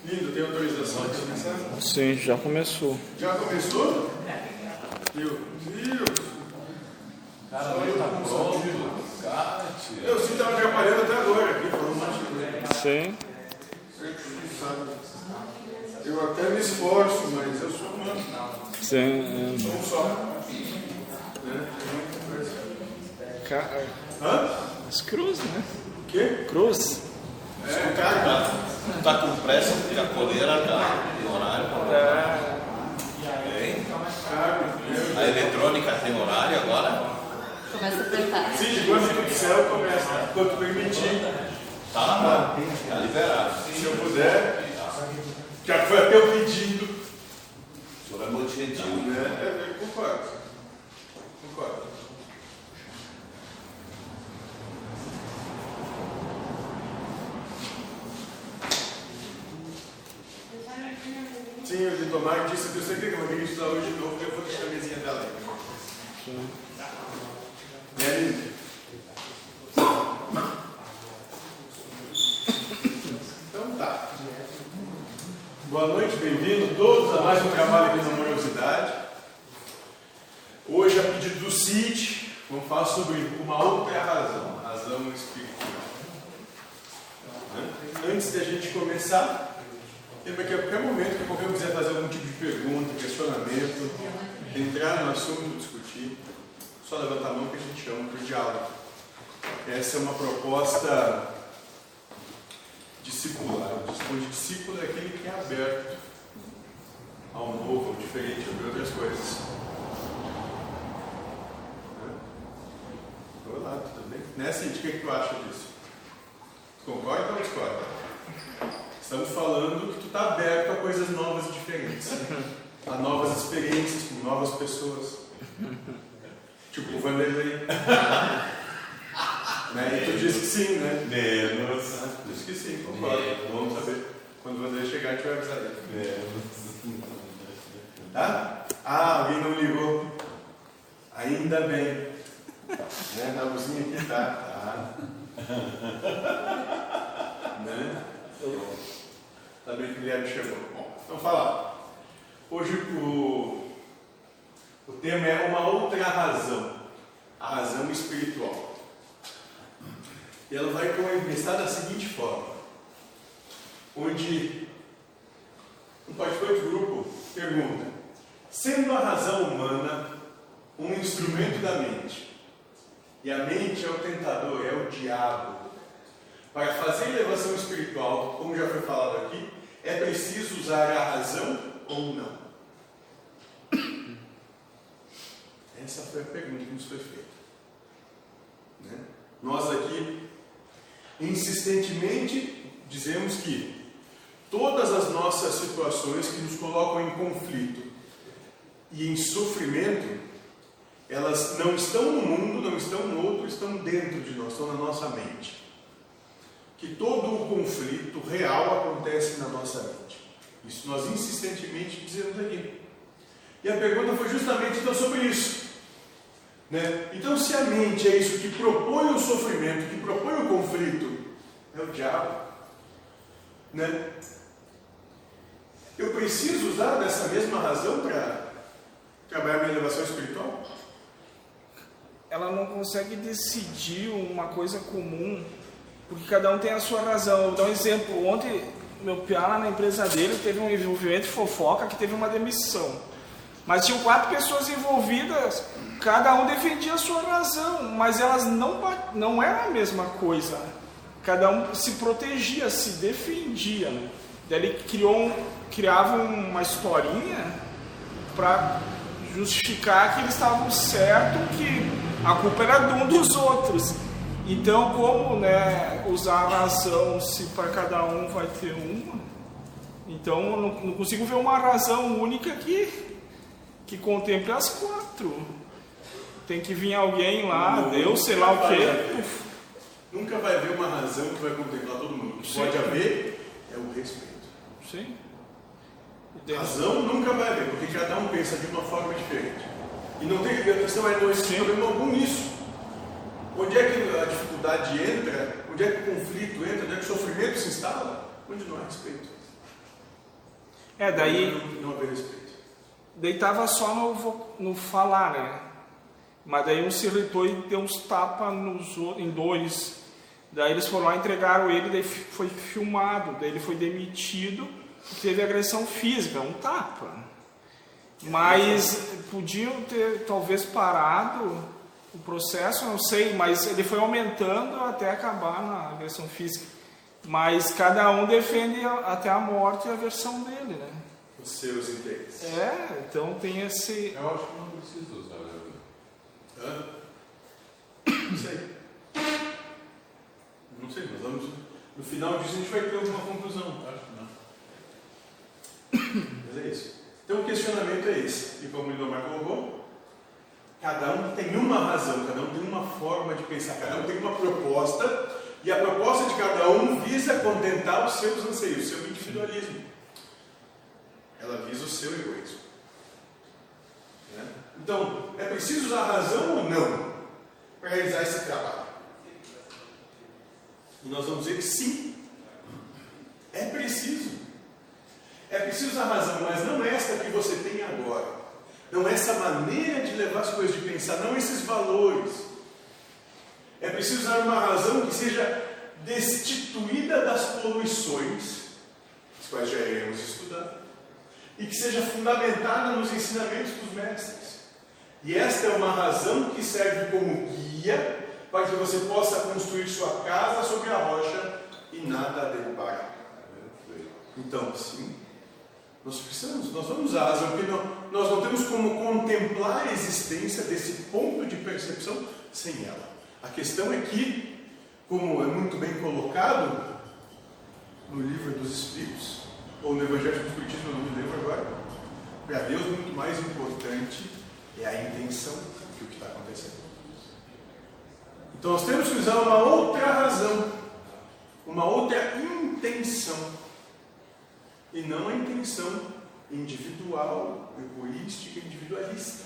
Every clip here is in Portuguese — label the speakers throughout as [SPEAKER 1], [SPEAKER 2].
[SPEAKER 1] Lindo, tem autorização de começar?
[SPEAKER 2] Sim, já começou.
[SPEAKER 1] Já começou? Meu Deus!
[SPEAKER 3] Cara, eu tá pronto.
[SPEAKER 1] Eu sim estava atrapalhando até agora aqui, falando um monte de coisa.
[SPEAKER 2] Sim.
[SPEAKER 1] Eu até me esforço, mas eu sou humano.
[SPEAKER 2] Sim.
[SPEAKER 1] Sou um só. Né? Hã?
[SPEAKER 2] As cruz, né?
[SPEAKER 1] O quê?
[SPEAKER 2] Cruz.
[SPEAKER 1] É, cara.
[SPEAKER 3] Tá com pressa porque a coleira tá em horário. Tem. A eletrônica tem horário agora?
[SPEAKER 4] Começa a apertar.
[SPEAKER 1] Sim, quando o céu começa, quando permitir.
[SPEAKER 3] Tá liberado.
[SPEAKER 1] Se eu puder, já foi até o pedido.
[SPEAKER 3] O senhor é muito gentil.
[SPEAKER 1] Né? Concordo. Sim, o de tomar disse que eu sei que eu vou estudar hoje de novo, eu vou deixar a mesinha dela aí.
[SPEAKER 2] Sim.
[SPEAKER 1] Né, Lindo? Então tá. Boa noite, bem-vindo todos a mais um trabalho aqui na Amorosidade. Hoje, a pedido do Cid, vamos falar sobre uma outra razão, a razão espiritual. Antes de a gente começar, lembra que a qualquer momento que qualquer um quiser fazer algum tipo de pergunta, questionamento, entrar no assunto, discutir, só levanta a mão que a gente chama para o diálogo. Essa é uma proposta discipular. O discípulo é aquele que é aberto ao novo, ao diferente, a outras coisas. Olá, tudo bem? Né, Cid? O que tu acha disso? Concorda ou discorda? Estamos falando que tu está aberto a coisas novas e diferentes. A novas experiências com novas pessoas. Tipo o Vanderlei. Né? E tu disse que sim, né?
[SPEAKER 3] Menos.
[SPEAKER 1] Disse que sim, concordo. Vamos saber. Quando o Vanderlei chegar, a gente vai avisar ele.
[SPEAKER 3] Menos.
[SPEAKER 1] Tá? Ah, alguém não ligou. Ainda bem. Né? Na luzinha aqui tá. Né? Tá bem que o Guilherme chegou. Bom, então falar. Hoje o tema é uma outra razão. A razão espiritual. E ela vai começar da seguinte forma. Onde um participante do grupo pergunta: sendo a razão humana um instrumento da mente, e a mente é o tentador, é o diabo, para fazer elevação espiritual, como já foi falado aqui, é preciso usar a razão ou não? Essa foi a pergunta que nos foi feita. Né? Nós aqui, insistentemente, dizemos que todas as nossas situações que nos colocam em conflito e em sofrimento, elas não estão no mundo, não estão no outro, estão dentro de nós, estão na nossa mente. Que todo o conflito real acontece na nossa mente. Isso nós insistentemente dizemos aqui. E a pergunta foi justamente então sobre isso. Né? Então, se a mente é isso que propõe o sofrimento, que propõe o conflito, é o diabo. Né? Eu preciso usar dessa mesma razão para trabalhar minha elevação espiritual?
[SPEAKER 2] Ela não consegue decidir uma coisa comum, porque cada um tem a sua razão. Eu vou dar um exemplo. Ontem, meu piá lá na empresa dele teve um envolvimento de fofoca que teve uma demissão. Mas tinham 4 pessoas envolvidas, cada um defendia a sua razão, mas elas não eram a mesma coisa. Cada um se protegia, se defendia. Né? Daí ele criava uma historinha para justificar que eles estavam certos, que a culpa era de um dos outros. Então, como, né, usar a razão se para cada um vai ter uma? Então, eu não consigo ver uma razão única que contemple as 4. Tem que vir alguém lá, Deus, sei lá o quê.
[SPEAKER 1] Nunca vai haver uma razão que vai contemplar todo mundo. O que pode haver é o respeito.
[SPEAKER 2] Sim.
[SPEAKER 1] Razão nunca vai haver, porque cada um pensa de uma forma diferente. E não tem questão, não existe problema algum nisso. Onde é que a dificuldade entra? Onde é que o conflito entra? Onde é que o sofrimento se instala? Onde não há respeito.
[SPEAKER 2] Daí
[SPEAKER 1] não haver respeito.
[SPEAKER 2] Daí tava só no falar, né? Mas daí um se irritou e deu uns tapas em dois. Daí eles foram lá, entregaram ele, daí foi filmado, daí ele foi demitido, teve agressão física, um tapa. Mas podiam ter talvez parado o processo, não sei, mas ele foi aumentando até acabar na agressão física. Mas cada um defende até a morte a versão dele, né?
[SPEAKER 1] Os seus interesses.
[SPEAKER 2] Então tem esse...
[SPEAKER 3] Eu acho que não precisa usar, né?
[SPEAKER 1] Não sei. Não sei, nós vamos... No final disso a gente vai ter alguma conclusão.
[SPEAKER 3] Acho que não.
[SPEAKER 1] Mas é isso. Então o questionamento é esse. E como o Lindomar colocou, cada um tem uma razão, cada um tem uma forma de pensar, cada um tem uma proposta, e a proposta de cada um visa contentar os seus anseios, o seu individualismo. Ela visa o seu egoísmo. Né? Então, é preciso usar a razão ou não para realizar esse trabalho? E nós vamos dizer que sim. É preciso. É preciso usar a razão, mas não esta que você tem agora. Não essa maneira de levar as coisas, de pensar, não esses valores. É preciso usar uma razão que seja destituída das poluições, as quais já iremos estudar, e que seja fundamentada nos ensinamentos dos mestres. E esta é uma razão que serve como guia para que você possa construir sua casa sobre a rocha e nada a derrubar. Então, sim, nós vamos usar a razão, porque nós não temos como contemplar a existência desse ponto de percepção sem ela. A questão é que, como é muito bem colocado no Livro dos Espíritos, ou no Evangelho do Espiritismo, eu não me lembro agora, para Deus muito mais importante é a intenção que o que está acontecendo. Então nós temos que usar uma outra razão, uma outra intenção, e não a intenção individual, egoística, individualista.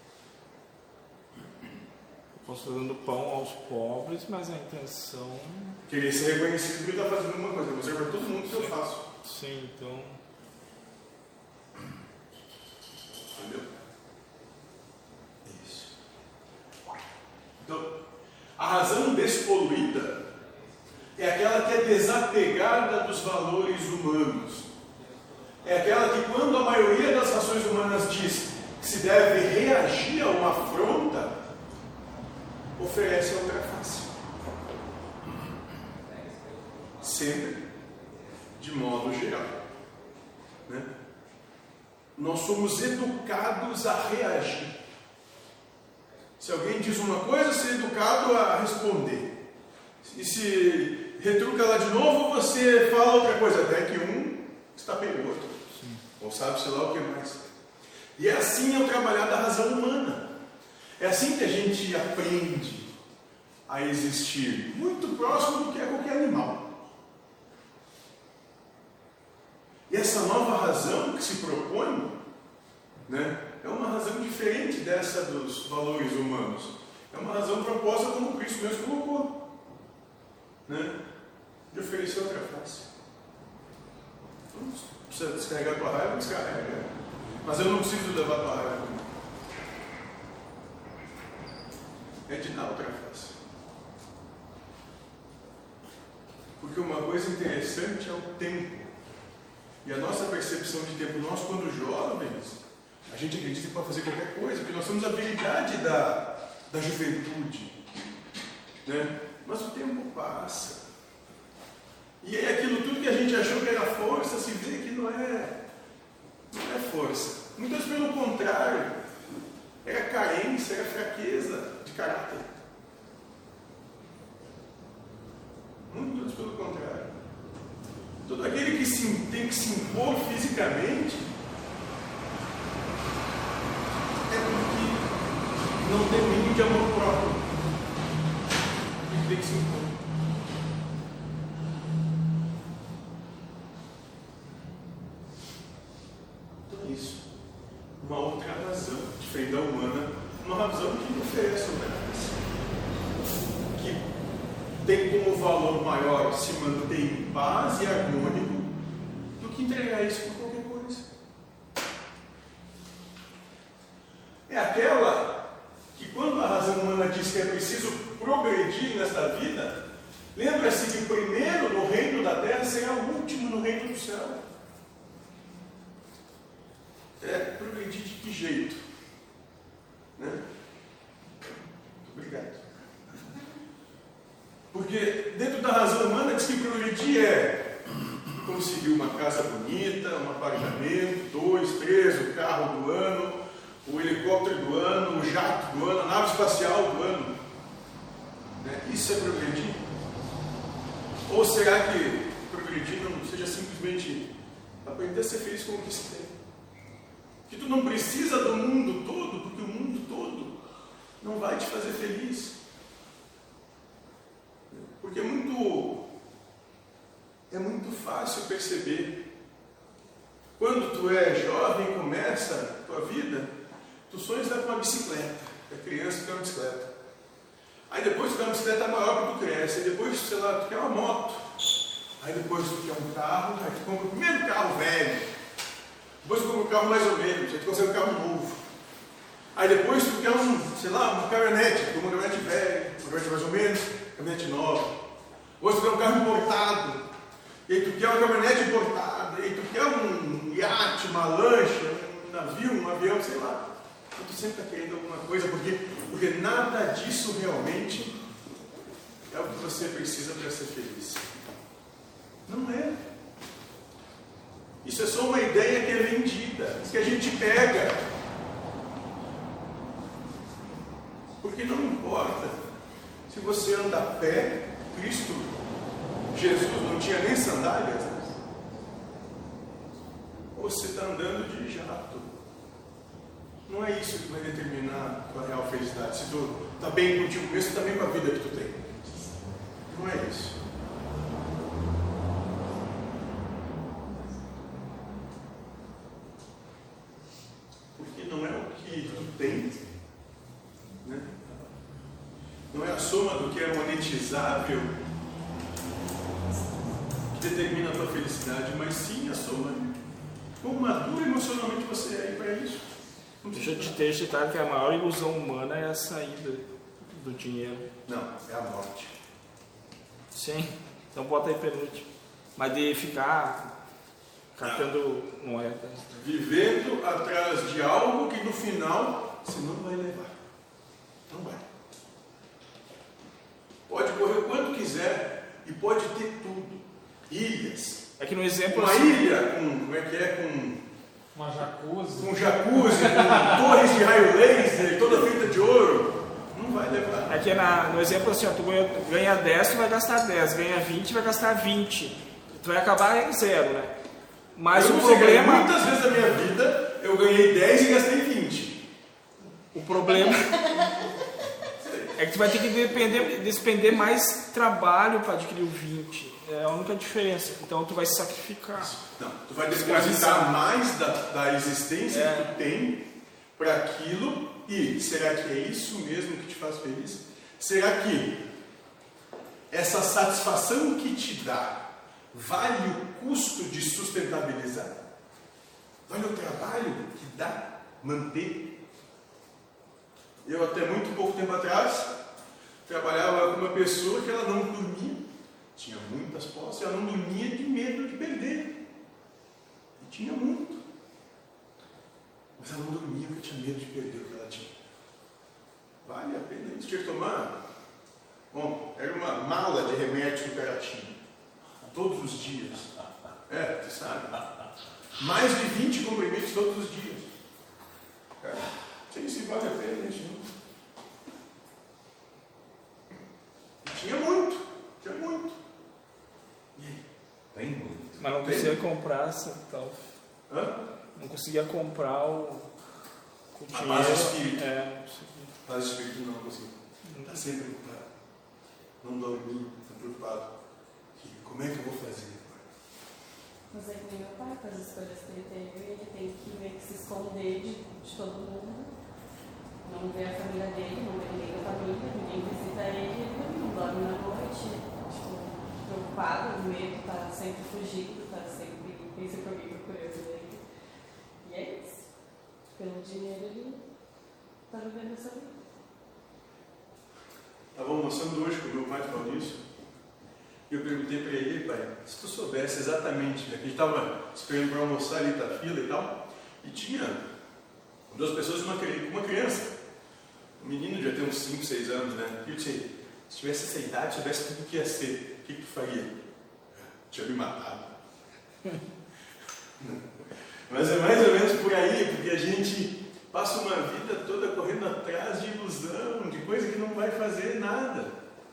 [SPEAKER 2] Eu estou dando pão aos pobres, mas a intenção...
[SPEAKER 1] Querer ser reconhecido porque está fazendo alguma coisa. Eu vou servir para todo mundo que eu faço.
[SPEAKER 2] Sim, então...
[SPEAKER 1] Entendeu? Isso. Então, a razão despoluída é aquela que é desapegada dos valores humanos. É aquela que, quando a maioria das rações humanas diz que se deve reagir a uma afronta, oferece a outra face. Sempre de modo geral. Né? Nós somos educados a reagir. Se alguém diz uma coisa, ser educado a responder. E se retruca ela de novo, você fala outra coisa, até que um está pelo outro. Sim. Ou sabe-se lá o que mais. E é assim é o trabalhar da razão humana. É assim que a gente aprende a existir, muito próximo do que é qualquer animal. E essa nova razão que se propõe, né, é uma razão diferente dessa dos valores humanos. É uma razão proposta como Cristo mesmo colocou, né, de oferecer outra face. Então, se precisa descarregar a tua raiva, descarrega. Mas eu não preciso levar a tua raiva comigo. É de dar outra face. Porque uma coisa interessante é o tempo. E a nossa percepção de tempo, nós quando jovens, a gente acredita que pode fazer qualquer coisa, porque nós temos a habilidade da juventude. Né? Mas o tempo passa. E é aquilo tudo que a gente achou que era força, se vê que não é força. Muitas vezes pelo contrário, era carência, era fraqueza de caráter. Muitas pelo contrário. Todo aquele que tem que se impor fisicamente é porque não tem mínimo de amor próprio. Ele tem que se impor. Então é isso. Uma outra razão, diferente da humana, uma razão que oferece outra coisa. Que tem como valor maior se manter em paz e harmônico do que entregar isso por qualquer coisa. É aquela que, quando a razão humana diz que é preciso progredir nesta vida, lembra-se que o primeiro no reino da terra será o último no reino do céu. Progredir de que jeito? Né? Muito obrigado. Porque dentro da razão humana diz que progredir é conseguir uma casa bonita, um apartamento, 2, 3, o carro do ano, o helicóptero do ano, o jato do ano, a nave espacial do ano. Né? Isso é progredir? Ou será que progredir não seja simplesmente aprender a ser feliz com o que se tem? Que tu não precisa do mundo todo, porque o mundo todo não vai te fazer feliz. Porque é muito fácil perceber. Quando tu é jovem e começa a tua vida, tu sonhas com uma bicicleta. É criança que quer uma bicicleta. Aí depois tu quer uma bicicleta maior que tu cresce. Aí depois, sei lá, tu quer uma moto. Aí depois tu quer um carro. Aí tu compra o primeiro carro velho. Depois tu compra um carro mais ou menos. Aí tu consegue um carro novo. Aí depois tu quer uma caminhonete. Tu compra uma caminhonete velha, uma caminhonete mais ou menos, caminhonete nova. Depois tu quer um carro importado. E aí tu quer uma caminhonete importada. E aí tu quer um iate, uma lancha, um navio, um avião, sei lá. Então tu sempre está querendo alguma coisa, porque nada disso realmente é o que você precisa para ser feliz. Não é. Isso é só uma ideia que é vendida, que a gente pega. Porque não importa se você anda a pé. Cristo, Jesus não tinha nem sandálias, né? Ou você está andando de jato. Não é isso que vai determinar a tua real felicidade. Se tu está bem contigo mesmo, está bem com a vida que tu tem. Não é isso. Porque não é o que tu tem, né? Não é a soma do que é monetizável que determina a tua felicidade, mas sim a soma de quão maduro emocionalmente você é para isso.
[SPEAKER 2] Deixa eu te ter citado que a maior ilusão humana é a saída do dinheiro.
[SPEAKER 1] Não, é a morte.
[SPEAKER 2] Sim, então bota aí penúltimo. Mas de ficar catando moedas.
[SPEAKER 1] Vivendo atrás de algo que no final você não vai levar. Não vai. Pode correr o quanto quiser e pode ter tudo. Ilhas.
[SPEAKER 2] É que no exemplo
[SPEAKER 1] uma
[SPEAKER 2] assim,
[SPEAKER 1] ilha com, como é que é, com
[SPEAKER 4] uma jacuzzi,
[SPEAKER 1] com torres de raio laser, toda feita de ouro, não vai levar.
[SPEAKER 2] É que no exemplo assim, ó, tu ganha 10, tu vai gastar 10, ganha 20, vai gastar 20. Tu vai acabar em zero, né? Mas o problema...
[SPEAKER 1] Muitas vezes na minha vida eu ganhei 10 e gastei 20.
[SPEAKER 2] O problema é que tu vai ter que despender mais trabalho para adquirir o 20. É a única diferença. Então tu vai se sacrificar.
[SPEAKER 1] Não, tu vai depositar mais da existência que tu tem para aquilo. E será que é isso mesmo que te faz feliz? Será que essa satisfação que te dá vale o custo de sustentabilizar? Vale o trabalho que dá manter? Eu até muito pouco tempo atrás trabalhava com uma pessoa que ela não dormia. Tinha muitas posses, ela não dormia de medo de perder. E tinha muito. Mas ela não dormia porque tinha medo de perder o que ela tinha. Vale a pena isso? Tinha que tomar. Bom, era uma mala de remédio que o cara tinha. Todos os dias. Tu sabe. Mais de 20 comprimidos todos os dias. Cara, não sei se vale a pena isso. Tinha muito. Tinha muito. E aí?
[SPEAKER 3] Tem muito.
[SPEAKER 2] Mas não conseguia comprar essa tal. Não conseguia comprar o
[SPEAKER 1] a paz do espírito.
[SPEAKER 2] Não conseguia.
[SPEAKER 1] A paz do espírito não conseguia. Está sempre preocupado. Não dormir, está preocupado. Como é que eu vou fazer?
[SPEAKER 5] Mas é que meu pai, com as escolhas que ele teve, ele tem que meio que se esconder de todo mundo. Não vê a família dele, não vê ninguém da família, ninguém visita ele, ele não dorme na noite, preocupado, o medo, tá sempre fugindo, tá sempre pensando que alguém procurando ele. E é isso. Pelo dinheiro ele tá vivendo essa vida.
[SPEAKER 1] Estava almoçando hoje com o meu pai falando isso. E eu perguntei para ele, pai, se tu soubesse exatamente, né, que a gente estava esperando para almoçar ali da fila e tal, e tinha 2 pessoas e uma criança. Um menino devia ter uns 5, 6 anos, né? E eu disse, se tivesse essa idade, soubesse tudo o que ia ser, o que tu faria? Tinha me matado. Mas é mais ou menos por aí, porque a gente passa uma vida toda correndo atrás de ilusão, de coisa que não vai fazer nada.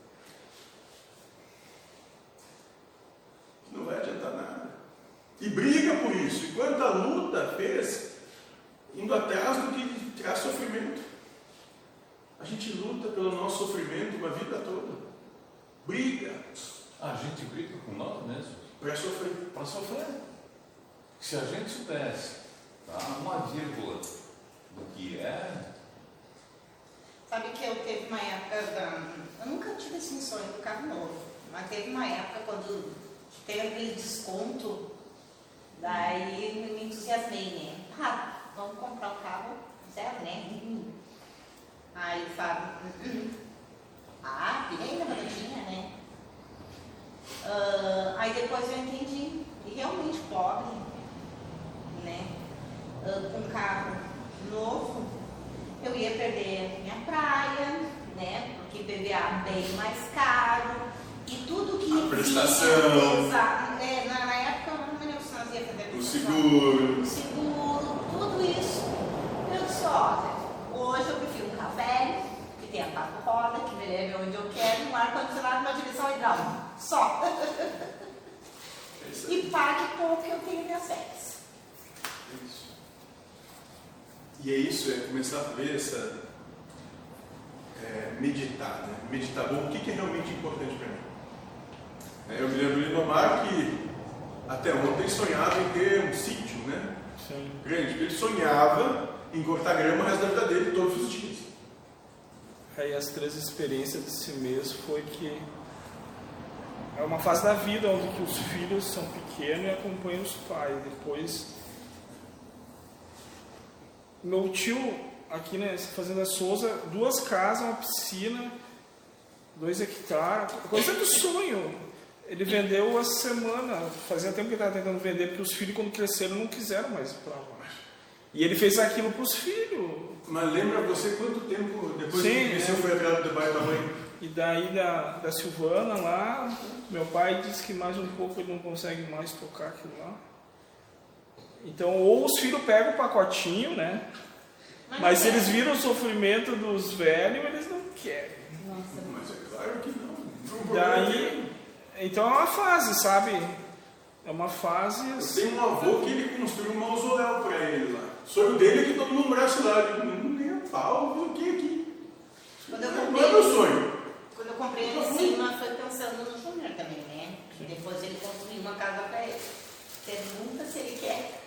[SPEAKER 1] Que não vai adiantar nada. E briga por isso. E quanta luta fez, indo atrás do que traz sofrimento. A gente luta pelo nosso sofrimento uma vida toda. Briga.
[SPEAKER 4] A gente briga com nós mesmos.
[SPEAKER 1] Para sofrer.
[SPEAKER 4] Para sofrer. Se a gente soubesse, tá, uma vírgula do que é.
[SPEAKER 6] Sabe que eu teve uma época, eu nunca tive esse sonho do carro novo, mas teve uma época quando teve aquele desconto, daí me entusiasmei, né? Vamos comprar o carro zero, né? Aí o Fábio, pirei na baratinha, né? Aí depois eu entendi, e realmente pobre, né? Com carro novo, eu ia perder minha praia, né? Porque PVA bem mais caro, e tudo que
[SPEAKER 1] a prestação,
[SPEAKER 6] na época eu não me lembro se nós ia fazer
[SPEAKER 1] o seguro,
[SPEAKER 6] tudo isso. Eu disse, olha, hoje eu prefiro um carro velho, que tenha 4 rodas, que me leve onde eu quero, um ar-condicionado e uma direção hidráulica. Só. E pague pouco que eu tenho minhas férias.
[SPEAKER 1] Isso. E é isso, é começar a ver essa. Meditar, né? Meditar, bom, o que é realmente importante para mim? Eu me lembro de Lindomar que até ontem sonhava em ter um sítio, né?
[SPEAKER 2] Sim.
[SPEAKER 1] Grande. Ele sonhava em cortar grama o resto da vida dele todos os dias.
[SPEAKER 2] Aí as 3 experiências desse mês foi que é uma fase da vida onde que os filhos são pequenos e acompanham os pais. Depois, meu tio aqui nessa fazenda Souza, 2 casas, uma piscina, 2 hectares, coisa do sonho. Ele vendeu essa semana, fazia tempo que ele estava tentando vender, porque os filhos quando cresceram não quiseram mais ir para lá. E ele fez aquilo para os filhos.
[SPEAKER 1] Mas lembra você quanto tempo depois
[SPEAKER 2] Sim,
[SPEAKER 1] que cresceu foi atrás do pai e da mãe?
[SPEAKER 2] E daí da Silvana lá, meu pai disse que mais um pouco ele não consegue mais tocar aquilo lá. Então, ou os filhos pegam o pacotinho, né? Mas se eles viram o sofrimento dos velhos, eles não querem.
[SPEAKER 5] Nossa,
[SPEAKER 1] Mas é claro que não.
[SPEAKER 2] Daí, então é uma fase, sabe? É uma fase.
[SPEAKER 1] Eu tenho um avô que ele construiu um mausoléu para ele lá. O sonho dele é que todo mundo morasse lá. Eu digo, nem a pau, eu coloquei aqui.
[SPEAKER 6] Quando eu
[SPEAKER 1] Não é
[SPEAKER 6] comprei,
[SPEAKER 1] meu sonho.
[SPEAKER 6] quando eu comprei ali em cima, foi pensando no Júnior também, né? Depois ele construiu uma casa para ele. Pergunta se ele quer.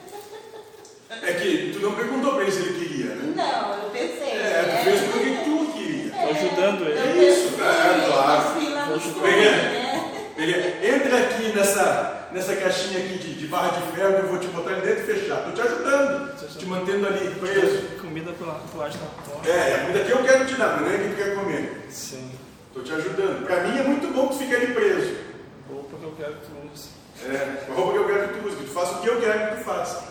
[SPEAKER 1] É que tu não perguntou para ele se ele queria, né?
[SPEAKER 6] Não, eu pensei.
[SPEAKER 1] Tu fez porque tu queria.
[SPEAKER 2] Tô ajudando ele.
[SPEAKER 6] Eu
[SPEAKER 1] Isso,
[SPEAKER 6] pensei,
[SPEAKER 1] claro.
[SPEAKER 6] construí lá no fundo,
[SPEAKER 1] Peguei.
[SPEAKER 6] né?
[SPEAKER 1] Entra aqui nessa caixinha aqui de barra de ferro que eu vou te botar ali dentro e fechar. Estou te ajudando, te mantendo ali preso.
[SPEAKER 2] Comida pela laje da porta.
[SPEAKER 1] A comida que eu quero te dar, mas não é que tu quer comer.
[SPEAKER 2] Sim.
[SPEAKER 1] Estou te ajudando. Para mim é muito bom que tu fique ali preso.
[SPEAKER 2] Roupa que eu quero que tu use.
[SPEAKER 1] A roupa que eu quero que tu use, que tu faça o que eu quero que tu faça.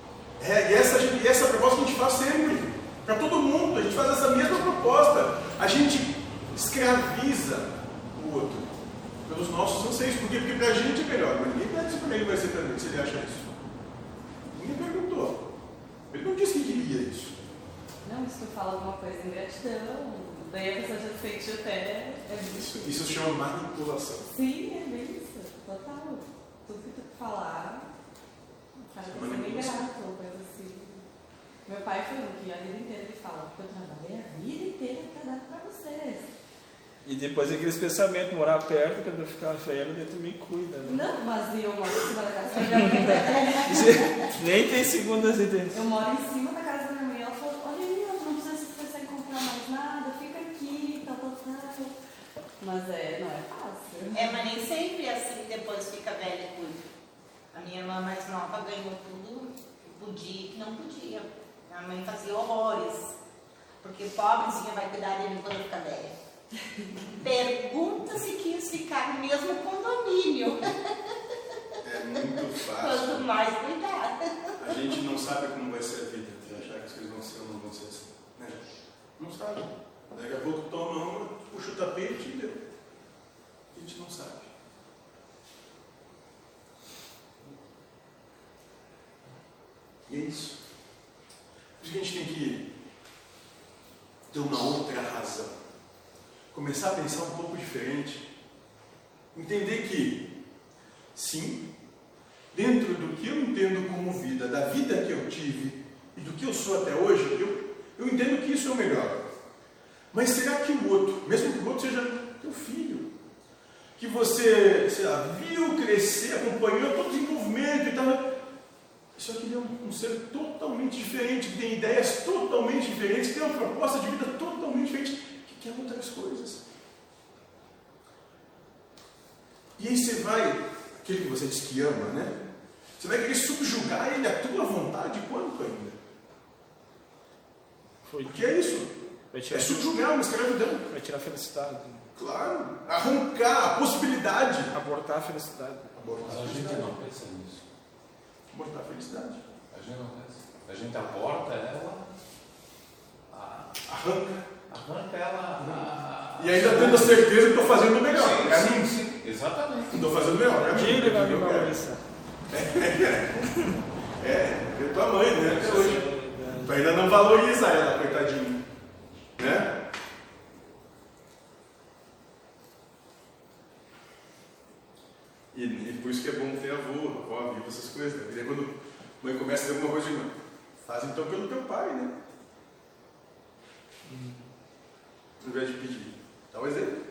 [SPEAKER 1] E essa proposta que a gente faz sempre. Para todo mundo, a gente faz essa mesma proposta. A gente escraviza o outro pelos nossos anseios. Por quê? Porque para a gente é melhor. Mas ninguém vai dizer para ele vai ser também, se ele acha isso. Ninguém perguntou. Ele não disse que queria isso.
[SPEAKER 5] não, se tu fala alguma coisa em gratidão, daí a pessoa já se sente até.
[SPEAKER 1] Isso se chama manipulação.
[SPEAKER 5] Sim, é bem isso. Total. Tudo que tu falar, faz você bem grato, ou coisa assim. Meu pai foi um que a vida inteira ele fala, porque eu trabalhei a vida inteira para dar para vocês.
[SPEAKER 2] E depois aqueles pensamentos, morar perto, quando eu ficar velho, daí tu me cuida, né?
[SPEAKER 5] Não, mas eu moro em cima da casa da minha mãe.
[SPEAKER 2] Nem tem segundas ideias.
[SPEAKER 5] Eu moro em cima da casa da minha mãe. Ela falou, olha aí, não precisa se estressar em comprar mais nada, fica aqui, tal. Mas não é fácil.
[SPEAKER 6] Mas nem sempre assim, depois fica velha e cuida. A minha irmã mais nova ganhou tudo, podia e que não podia. A mãe fazia horrores. porque pobrezinha vai cuidar de mim quando eu ficar velha. Pergunta se quis ficar no mesmo condomínio.
[SPEAKER 1] É muito fácil.
[SPEAKER 6] Quanto mais cuidar.
[SPEAKER 1] A gente não sabe como vai ser a vida, de achar que as coisas vão ser ou não vão ser assim. Né? Não sabe. Daqui a pouco toma uma, puxa o tapete e deu. A gente não sabe. E é isso. Por isso que a gente tem que ter uma outra razão. Começar a pensar um pouco diferente. Entender que, sim, dentro do que eu entendo como vida, da vida que eu tive e do que eu sou até hoje, eu entendo que isso é o melhor. Mas será que o outro, mesmo que o outro seja teu filho, que você, sei lá, viu crescer, acompanhou todo o desenvolvimento e tal, isso aqui é um ser totalmente diferente, que tem ideias totalmente diferentes, que tem uma proposta de vida totalmente diferente, que quer outras coisas. E aí você vai, aquele que você diz que ama, né? Você vai querer subjugar ele à tua vontade quanto ainda? Porque é isso. É subjugar uma escravidão.
[SPEAKER 2] Vai tirar a felicidade.
[SPEAKER 1] Claro. Arrancar a possibilidade.
[SPEAKER 2] Abortar a felicidade.
[SPEAKER 4] Mas a gente não pensa nisso.
[SPEAKER 1] Abortar a felicidade.
[SPEAKER 4] A gente não pensa. A gente aborta ela, arranca ela.
[SPEAKER 1] E ainda tendo a certeza que estou fazendo o melhor.
[SPEAKER 4] Sim, exatamente.
[SPEAKER 1] Estou fazendo o melhor.
[SPEAKER 2] Diga, meu amigo Maurício.
[SPEAKER 1] É tua mãe, né? Até hoje. Tu ainda não valoriza ela, coitadinho. Né? E por isso que é bom ter avó viva, essas coisas. Né? E aí quando a mãe começa a dizer alguma coisa, faz então pelo teu pai, né? Ao invés de pedir. Dá um exemplo.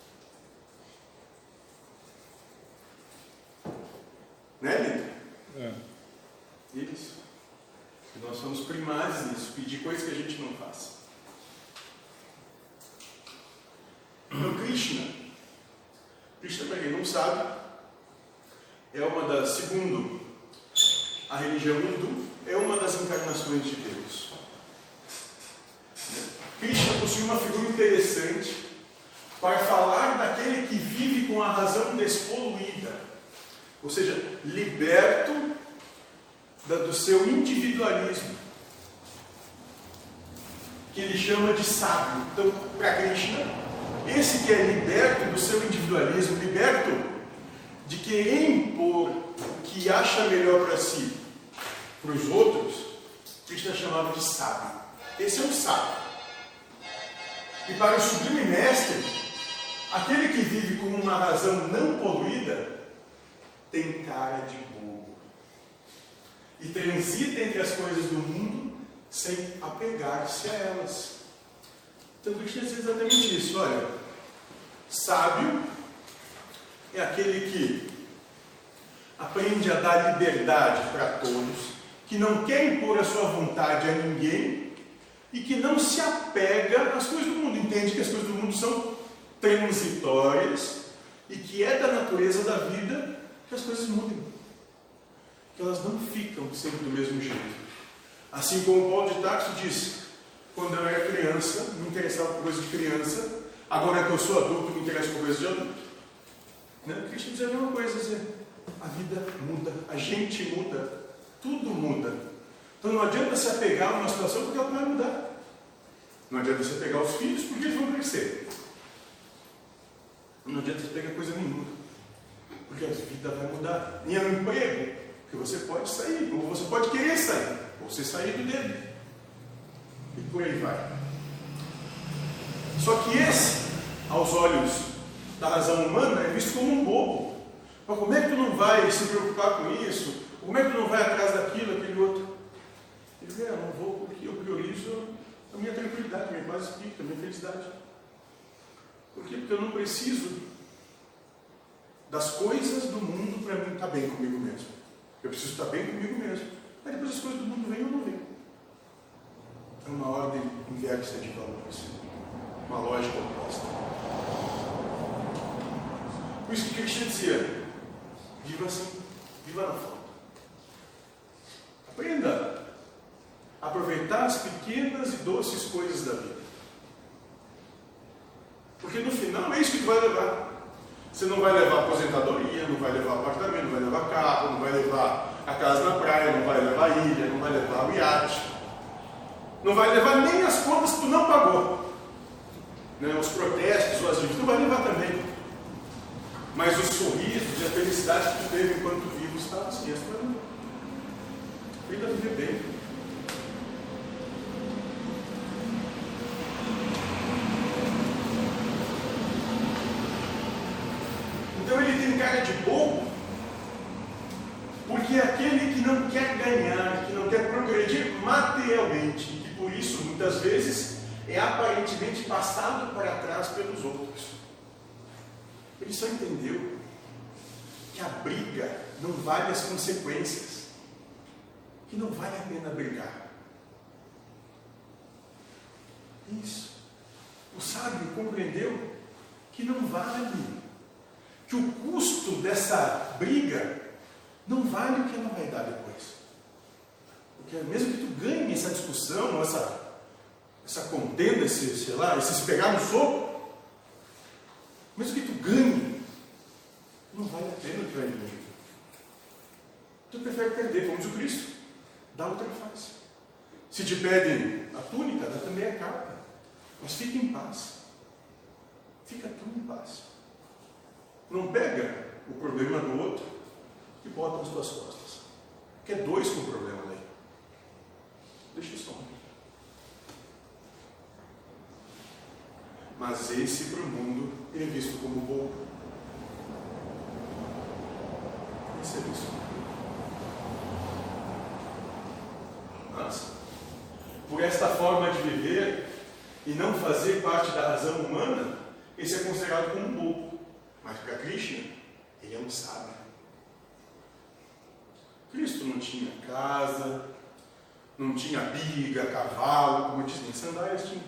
[SPEAKER 1] Né, Lito? Isso. E nós somos primários nisso, pedir coisas que a gente não faz. Então, Krishna, para quem não sabe, é uma das, segundo a religião hindu, é uma das encarnações de Deus. Krishna possui uma figura interessante para falar daquele que vive com a razão despoluída, ou seja, liberto do seu individualismo, que ele chama de sábio. Então, para Krishna, esse que é liberto do seu individualismo, liberto de querer impor o que acha melhor para si, para os outros, Krishna chamava de sábio. Esse é um sábio. E para o sublime mestre, aquele que vive com uma razão não poluída, tem cara de bobo. E transita entre as coisas do mundo sem apegar-se a elas. Então, Krishna diz exatamente isso. Olha, sábio é aquele que aprende a dar liberdade para todos, que não quer impor a sua vontade a ninguém e que não se apega às coisas do mundo. Entende que as coisas do mundo são transitórias e que é da natureza da vida que as coisas mudem, que elas não ficam sempre do mesmo jeito. Assim como Paulo de Tarso disse, quando eu era criança, me interessava por coisa de criança, agora que eu sou adulto, me interessa por coisa de adulto. Né? Cristo diz a mesma coisa, a vida muda, a gente muda, tudo muda. Então não adianta se apegar a uma situação porque ela vai mudar. Não adianta se apegar aos filhos porque eles vão crescer. Não adianta se pegar coisa nenhuma, porque a vida vai mudar. Nem é um emprego, porque você pode sair, ou você pode querer sair, ou você sair dele. E por aí vai. Só que esse, aos olhos da razão humana, é visto como um bobo. Mas como é que tu não vai se preocupar com isso? Como é que tu não vai atrás daquilo, aquele outro? Ele diz, não vou porque eu priorizo a minha tranquilidade, a minha paz espírita, a minha felicidade. Por quê? Porque eu não preciso das coisas do mundo para mim estar bem comigo mesmo. Eu preciso estar bem comigo mesmo. Aí depois as coisas do mundo vêm ou não vêm. É uma ordem inversa de valores. Uma lógica oposta. Por isso que Krishna dizia, viva assim, viva na falta. Aprenda a aproveitar as pequenas e doces coisas da vida. Porque no final é isso que tu vai levar. Você não vai levar aposentadoria, não vai levar apartamento, não vai levar carro, não vai levar a casa na praia, não vai levar a ilha, não vai levar o iate. Não vai levar nem as contas que tu não pagou. Né? Os protestos ou as dívidas, tu vai levar também. Mas os sorrisos e a felicidade que tu teve enquanto vivo está assim, essa vai levar. Aprenda a viver bem. Então ele tem cara de bobo, porque é aquele que não quer ganhar, que não quer progredir materialmente, e que por isso, muitas vezes, é aparentemente passado para trás pelos outros. Ele só entendeu que a briga não vale as consequências, que não vale a pena brigar. Isso. O sábio compreendeu que não vale. Que o custo dessa briga não vale o que ela vai dar depois. Porque mesmo que tu ganhe essa discussão, essa contenda, esse se pegar no soco, mesmo que tu ganhe, não vale a pena o que vai vir. Tu prefere perder, como diz o Cristo, dá outra face. Se te pedem a túnica, dá também a capa. Mas fica em paz. Fica tu em paz. Não pega o problema do outro e bota nas tuas costas. Que é dois com o problema daí. Deixa só um. Mas esse para o mundo é visto como bobo. Esse é visto. Mas, por esta forma de viver e não fazer parte da razão humana, esse é considerado como um bobo. Mas para Krishna, ele é um sábio. Cristo não tinha casa, não tinha biga, cavalo, como eu disse, nem sandálias tinha.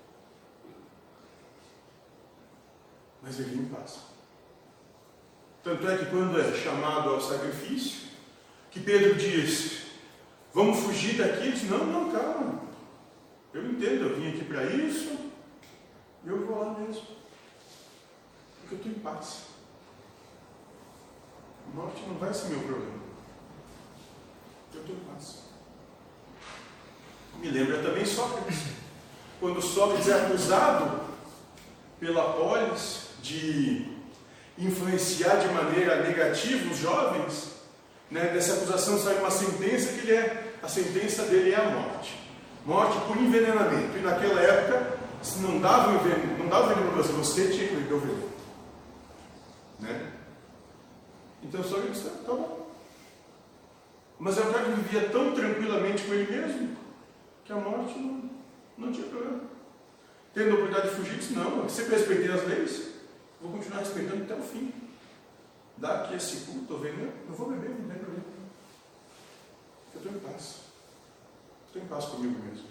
[SPEAKER 1] Mas ele ia em paz. Tanto é que quando é chamado ao sacrifício, que Pedro diz, vamos fugir daqui, ele diz, não, calma. Eu entendo, eu vim aqui para isso, e eu vou lá mesmo. Porque eu estou em paz. A morte não vai ser meu problema. Eu estou em paz. Me lembra também Sócrates. Quando Sócrates é acusado pela polis de influenciar de maneira negativa os jovens, né, dessa acusação sai uma sentença que a sentença dele é a morte. Morte por envenenamento. E naquela época, se não dava o veneno para você tinha que beber o veneno. Né? Então só ele disse, tá bom. Mas é um cara que vivia tão tranquilamente com ele mesmo que a morte não tinha problema. Tendo a oportunidade de fugir, disse, não, eu sempre respeitei as leis, vou continuar respeitando até o fim. Dá aqui esse culto, estou vendo, eu vou beber, não tem problema. Eu estou em paz. Estou em paz comigo mesmo.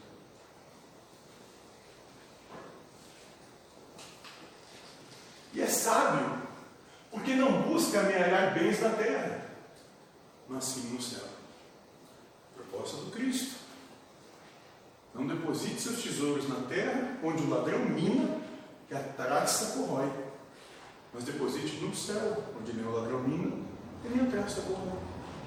[SPEAKER 1] E é sábio, porque não busca amealhar bens na terra, mas sim no céu. Proposta do Cristo. Não deposite seus tesouros na terra, onde o ladrão mina e a traça corrói. Mas deposite no céu, onde nem o ladrão mina e nem a traça corrói.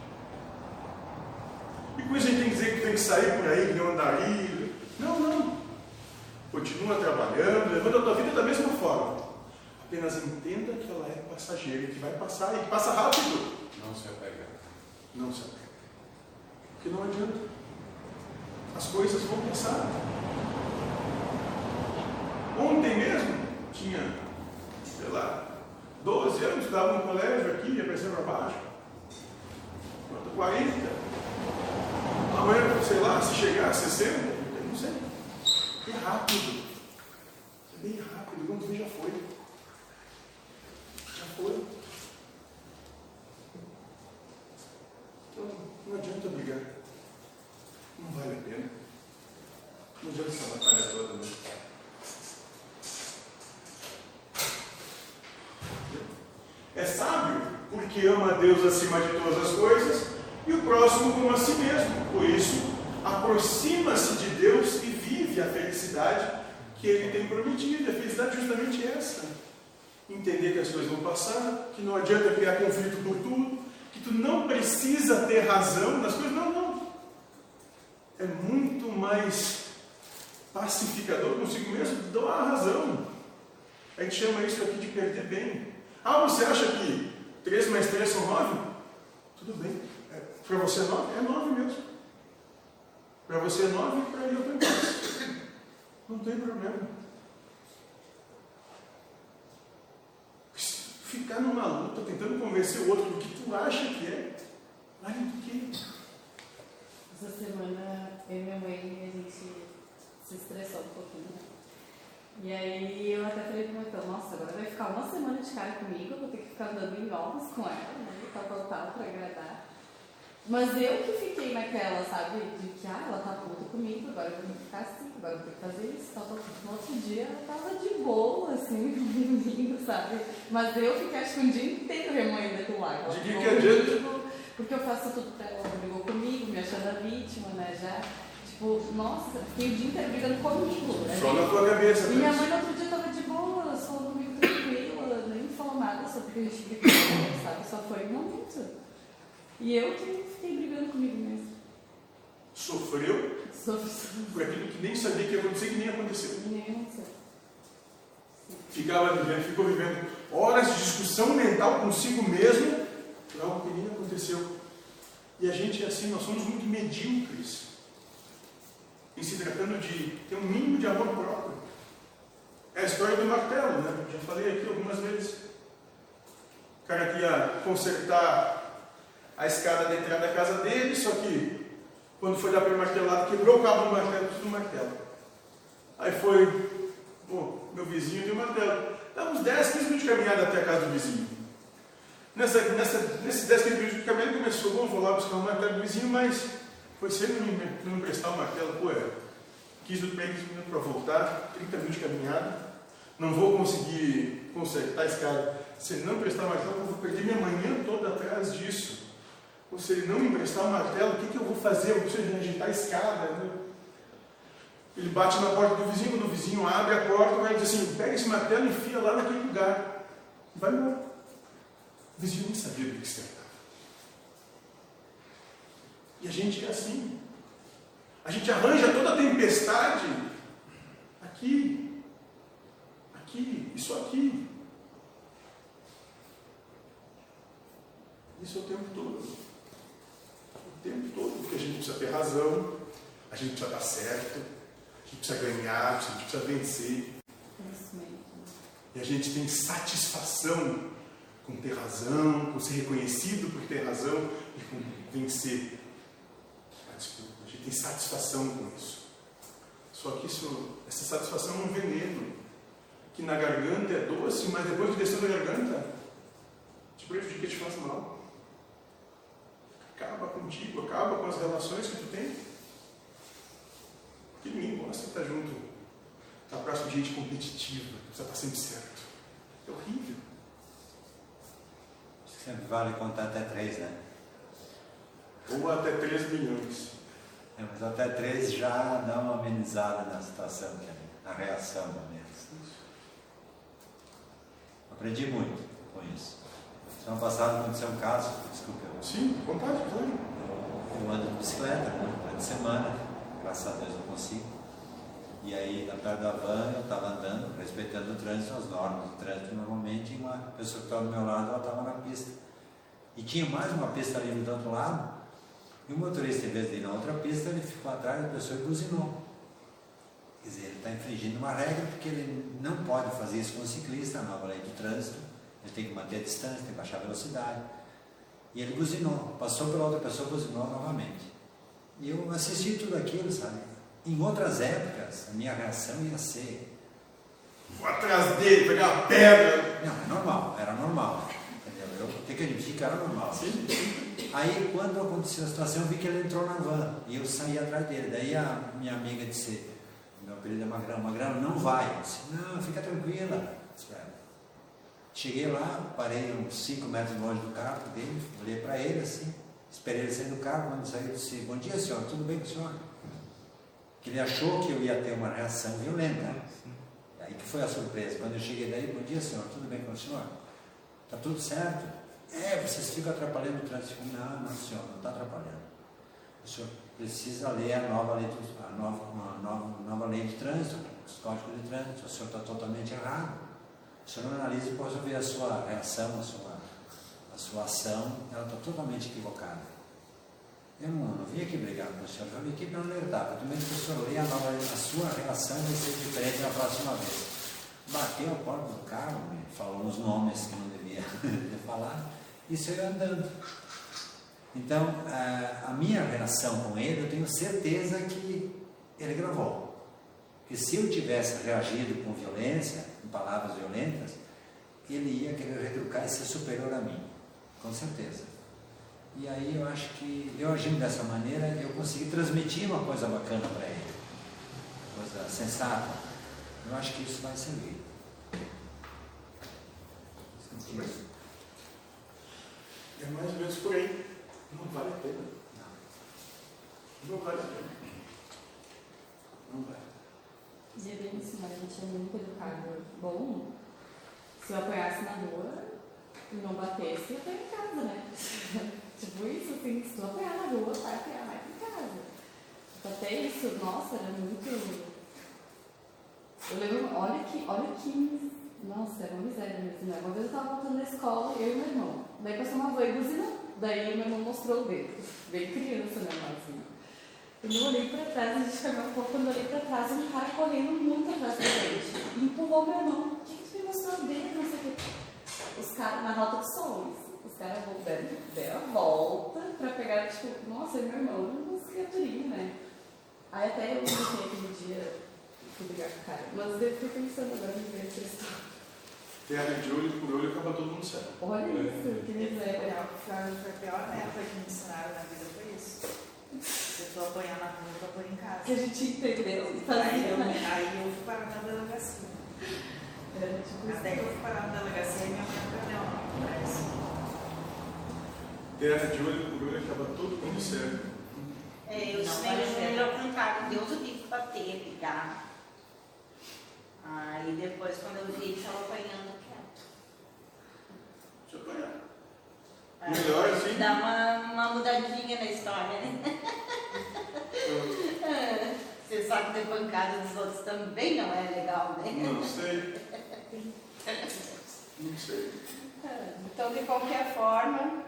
[SPEAKER 1] E com isso a gente tem que dizer que tem que sair por aí, que nem um andarilho. Não. Continua trabalhando, levando a tua vida da mesma forma. Apenas entenda que ela é passageira, que vai passar e que passa rápido.
[SPEAKER 4] Não se apega.
[SPEAKER 1] Não se apega. Porque não adianta. As coisas vão passar. Ontem mesmo, tinha, 12 anos, estava no colégio aqui, ia para cima para baixo. 40. Amanhã, se chegar a 60, eu não sei. É rápido. É bem rápido. Quando vê, já foi. Já foi. Então, não adianta brigar. Não vale a pena. Não adianta essa batalha toda, né? É sábio porque ama a Deus acima de todas as coisas e o próximo como a si mesmo. Por isso, aproxima-se de Deus e vive a felicidade que Ele tem prometido. E a felicidade é justamente essa. Entender que as coisas vão passar, que não adianta criar conflito por tudo, que tu não precisa ter razão nas coisas. Não. É muito mais pacificador consigo mesmo, dá a razão. A gente chama isso aqui de perder bem. Você acha que 3 mais 3 são 9? Tudo bem. Para você é 9? É 9 mesmo. Para você é 9 e para ele eu tenho 10. Não tem problema. Ficar numa luta, tentando convencer o outro do que tu acha que é, vale do quê?
[SPEAKER 5] Essa semana, eu e minha mãe, a gente se estressou um pouquinho, né? E aí eu até falei pro meu irmão, nossa, agora vai ficar uma semana de cara comigo, eu vou ter que ficar andando em ovos com ela, né? Tal, pra agradar. Mas eu que fiquei naquela, sabe, de que ela tá puta comigo, agora eu vou ter que ficar assim, agora eu vou ter que fazer isso, tal. No outro dia ela tava de boa, assim, comigo, sabe? Mas eu fiquei, acho que um dia inteiro remoendo aquilo lá.
[SPEAKER 1] De que adianta?
[SPEAKER 5] Porque eu faço tudo pra ela, ela brigou comigo, me achando a vítima, né, já. Tipo, nossa, fiquei o dia inteiro brigando comigo. Né?
[SPEAKER 1] Só na tua cabeça.
[SPEAKER 5] E minha mãe no outro dia tava de boa, só comigo tranquila, nem falou nada sobre o que a gente brigou, sabe? Só foi um momento. E eu que fiquei brigando comigo mesmo.
[SPEAKER 1] Sofreu por aquilo que nem sabia que ia acontecer, que nem aconteceu.
[SPEAKER 5] Nem aconteceu.
[SPEAKER 1] Ficou vivendo horas de discussão mental consigo mesmo por algo que nem aconteceu. E a gente é assim, nós somos muito medíocres em se tratando de ter um mínimo de amor próprio. É a história do martelo, né? Já falei aqui algumas vezes. O cara queria consertar a escada da entrada da casa dele, só que quando foi dar para o martelado, quebrou o cabo do martelo, tudo no martelo. Aí foi, meu vizinho tem um martelo. Dá uns 10, 15 minutos de caminhada até a casa do vizinho. Nesses 10, 15 minutos de caminhada começou, vou lá buscar o martelo do vizinho, mas foi sempre não emprestar o martelo, 15 minutos para voltar, 30 minutos de caminhada, não vou conseguir consertar a escada. Se ele não emprestar o martelo, eu vou perder minha manhã toda atrás disso. Ou se ele não me emprestar o martelo, o que eu vou fazer? Eu preciso agitar a escada. Né? Ele bate na porta do vizinho, quando o vizinho abre a porta, vai dizer assim, pega esse martelo e enfia lá naquele lugar. E vai embora. O vizinho nem sabia do que se tratava. E a gente é assim. A gente arranja toda a tempestade aqui, isso aqui. Isso é o tempo todo. O tempo todo, porque a gente precisa ter razão, a gente precisa dar certo, a gente precisa ganhar, a gente precisa vencer. E a gente tem satisfação com ter razão, com ser reconhecido por ter razão e com vencer a disputa. A gente tem satisfação com isso. Só que essa satisfação é um veneno, que na garganta é doce, mas depois de descer da garganta, te prejudica e te faz mal. Acaba contigo, acaba com as relações que tu tem. Porque ninguém gosta de estar junto, estar próximo de gente competitiva, precisa estar sempre certo. É horrível.
[SPEAKER 7] Sempre vale contar até 3, né?
[SPEAKER 1] Ou até 3 milhões.
[SPEAKER 7] Mas até 3 já dá uma amenizada na situação, na reação, pelo menos. Aprendi muito com isso. Semana passada aconteceu um caso, desculpa.
[SPEAKER 1] Sim, vontade, claro.
[SPEAKER 7] Eu ando de bicicleta, né? Durante a semana, graças a Deus eu consigo. E aí, na perto da van, eu estava andando, respeitando o trânsito, as normas do trânsito normalmente, e uma pessoa que estava do meu lado, ela estava na pista. E tinha mais uma pista ali do outro lado, e o motorista, em vez de ir na outra pista, ele ficou atrás da pessoa e buzinou. Quer dizer, ele está infringindo uma regra, porque ele não pode fazer isso com o ciclista, a nova lei do trânsito, ele tem que manter a distância, tem que baixar a velocidade. E ele buzinou, passou pela outra pessoa, buzinou novamente. E eu assisti tudo aquilo, sabe? Em outras épocas, a minha reação ia ser...
[SPEAKER 1] Vou atrás dele, pegar a pedra.
[SPEAKER 7] Não, é normal, era normal. Entendeu? Eu tenho que admitir que era normal.
[SPEAKER 1] Sim.
[SPEAKER 7] Aí, quando aconteceu a situação, eu vi que ele entrou na van. E eu saí atrás dele. Daí a minha amiga disse, meu apelido é Magrão, não vai. Eu disse, não, fica tranquila. Espera. Cheguei lá, parei uns 5 metros longe do carro dele, olhei para ele assim, Esperei ele sair do carro, quando saiu eu disse, bom dia senhor, tudo bem com o senhor? Que ele achou que eu ia ter uma reação violenta. Aí que foi a surpresa. Quando eu cheguei daí, bom dia senhor, tudo bem com o senhor? Está tudo certo? Vocês ficam atrapalhando o trânsito. Não senhor, não está atrapalhando. O senhor precisa ler a nova lei de trânsito, os códigos de trânsito. O senhor está totalmente errado. O senhor não analisa para resolver a sua reação, a sua ação, ela está totalmente equivocada. Eu não vim aqui brigar com o senhor, eu vim aqui para alertar. Pelo menos que o senhor leia a sua reação vai ser diferente na próxima vez. Bateu a porta do carro, falou uns nomes que não devia ter falado, e saiu andando. Então, a minha reação com ele, eu tenho certeza que ele gravou. Que se eu tivesse reagido com violência, com palavras violentas, ele ia querer retrucar e ser superior a mim, com certeza. E aí eu acho que, eu agindo dessa maneira, eu consegui transmitir uma coisa bacana para ele, coisa sensata. Eu acho que isso vai servir.
[SPEAKER 1] É mais ou menos por aí. Não vale a pena. Não vale a pena. Não vale.
[SPEAKER 5] Dia bem isso, mas a gente é muito educado. Bom, se eu apoiasse na rua e não batesse, eu ia em casa, né? Tipo isso, assim, se tu apoiar na rua, vai apoiar mais em casa. Até isso, nossa, era muito... Eu lembro, olha que... Nossa, era uma miséria mesmo, né? Uma vez eu tava voltando da escola, eu e meu irmão. Daí passou uma van e buzinou. Daí meu irmão mostrou o dedo. Bem criança, né, assim. Eu olhei pra trás, a gente caminhou um pouco, quando eu olhei pra trás, um cara correndo muito atrás da gente. E empurrou meu irmão. Por que tu me mostrou o dedo? Não sei o quê. Os caras, na Rota de Sons, os caras deram a volta pra pegar, tipo, nossa, meu irmão, umas criaturinhas, né? Aí até eu fiquei aquele dia, fui brigar com o cara. Mas eu fiquei pensando agora em ver essa história.
[SPEAKER 1] Terra de olho por olho, acaba todo mundo certo.
[SPEAKER 5] Olha isso, que miséria.
[SPEAKER 6] Foi a pior época que me ensinaram na vida, foi isso. Se eu tô apanhar na rua, eu apanho em casa.
[SPEAKER 5] Que a gente entendeu.
[SPEAKER 6] Aí eu fui parar na delegacia.
[SPEAKER 5] Tipo,
[SPEAKER 6] Até que eu fui parar na delegacia e minha mãe perdeu pra isso.
[SPEAKER 1] Terra de olho por olho, acaba todo mundo certo.
[SPEAKER 6] Eu ensinei ao contrário, Deus o livre bater, brigar. Aí depois, quando eu vi, ele estava apanhando quieto.
[SPEAKER 1] Deixa eu apanhar. Melhor assim.
[SPEAKER 6] Dá uma mudadinha na história, né? Você sabe que ter pancada dos outros também não é legal, né?
[SPEAKER 1] Não sei. Não sei.
[SPEAKER 6] Então, de qualquer forma...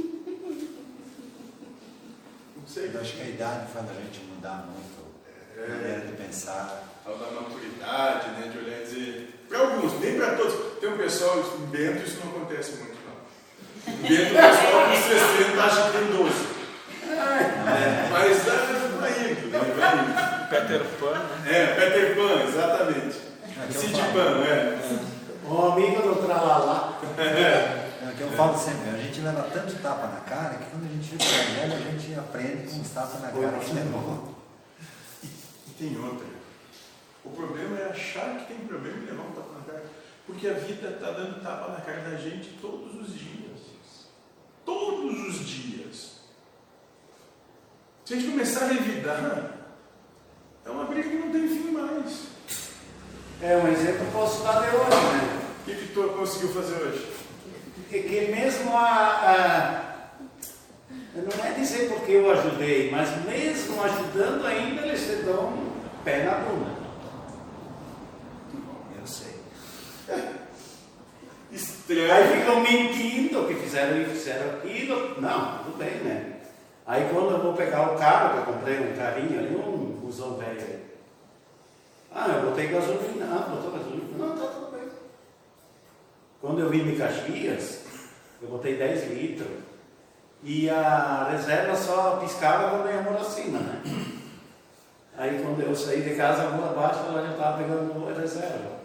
[SPEAKER 1] Não sei.
[SPEAKER 7] Eu acho que a idade faz a gente mudar muito a maneira de pensar.
[SPEAKER 1] Fala da maturidade, né? De olhar e dizer. Para alguns, nem para todos. Tem um pessoal, em Bento, isso não acontece muito, não. Em Bento, o pessoal com 60 acha que tem 12. Mas vai indo, né? Vai indo.
[SPEAKER 2] Peter Pan, né?
[SPEAKER 1] Peter Pan, exatamente. Cid Pan,
[SPEAKER 8] O amigo do Tralalá.
[SPEAKER 7] É que eu falo sempre, a gente leva tanto tapa na cara que quando a gente fica velho, a gente aprende com uns tapas na cara que levou.
[SPEAKER 1] E tem outra. O problema é achar que tem problema e levar um tapa na cara. Porque a vida está dando tapa na cara da gente todos os dias. Todos os dias. Se a gente começar a revidar, é uma briga que não tem fim mais.
[SPEAKER 8] Um exemplo eu posso dar de hoje, né?
[SPEAKER 1] O que tu conseguiu fazer hoje?
[SPEAKER 8] Que mesmo não é dizer porque eu ajudei, mas mesmo ajudando ainda eles te dão pé na bunda.
[SPEAKER 7] Eu sei.
[SPEAKER 1] Estranho.
[SPEAKER 8] Aí ficam mentindo que fizeram isso, fizeram aquilo. Não, tudo bem, né? Aí quando eu vou pegar o carro, que eu comprei um carrinho ali, um busão velho. Eu botei gasolina. Botou gasolina? Não, tá tudo bem. Quando eu vim de Caxias, eu botei 10 litros. E a reserva só piscava quando eu ia morar acima, né? Aí quando eu saí de casa, a rua abaixo, ela já estava pegando a reserva.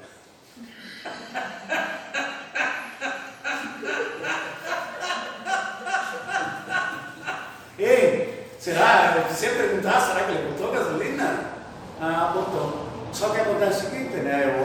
[SPEAKER 8] Ei, será? Se eu perguntar, será que ele botou gasolina? Botou. Só que acontece o seguinte, né?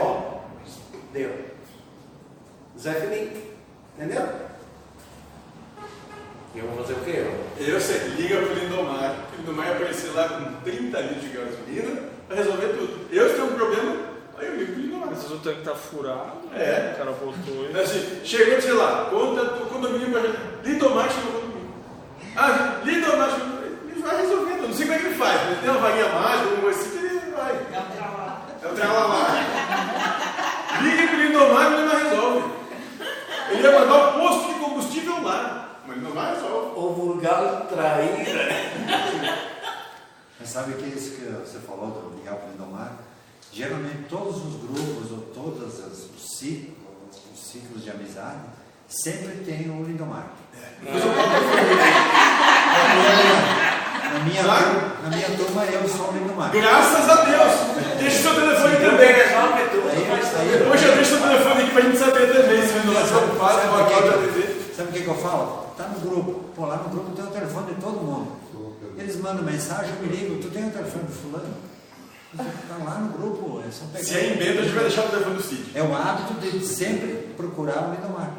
[SPEAKER 8] Deu. Zé Felipe, entendeu? Eu vou fazer o quê?
[SPEAKER 1] Eu sei, liga pro Lindomar. O Lindomar ia aparecer lá com 30 litros de gasolina para resolver tudo. Eu tenho um problema, aí eu ligo pro Lindomar.
[SPEAKER 2] Às vezes o tanque tá furado,
[SPEAKER 1] É.
[SPEAKER 2] o cara botou e...
[SPEAKER 1] Assim, chegou, sei lá, conta do condomínio pra gente. Lindomar chegou no condomínio. Ah, Lindomar chegou no condomínio. Ele vai resolvendo, não sei como é que ele faz. Ele tem uma varinha mágica, alguma coisa assim, que ele vai. É o tralalá. Liga pro Lindomar e ele não resolve. Ele ia mandar o posto de combustível lá, mas ele não vai resolve.
[SPEAKER 8] O vulgar traíra.
[SPEAKER 7] Mas sabe que isso que você falou do ligar para o Lindomar? Geralmente todos os grupos ou todos os ciclos de amizade sempre tem o Lindomar. Na minha turma eu sou o Lindomar.
[SPEAKER 1] Graças a Deus! Deixa o seu telefone também. Depois eu deixo o telefone aqui pra gente saber também se o Lindomar está ocupado com a causa da TV.
[SPEAKER 7] Sabe o que eu falo? Tá no grupo. Pô, lá no grupo tem o telefone de todo mundo. Eles mandam mensagem, eu me ligo, tu tem o telefone do fulano? Tá lá no grupo, é só pegar.
[SPEAKER 1] Se é em Bento, a gente vai deixar o telefone do Cid.
[SPEAKER 7] É o hábito de sempre procurar o Lindomar.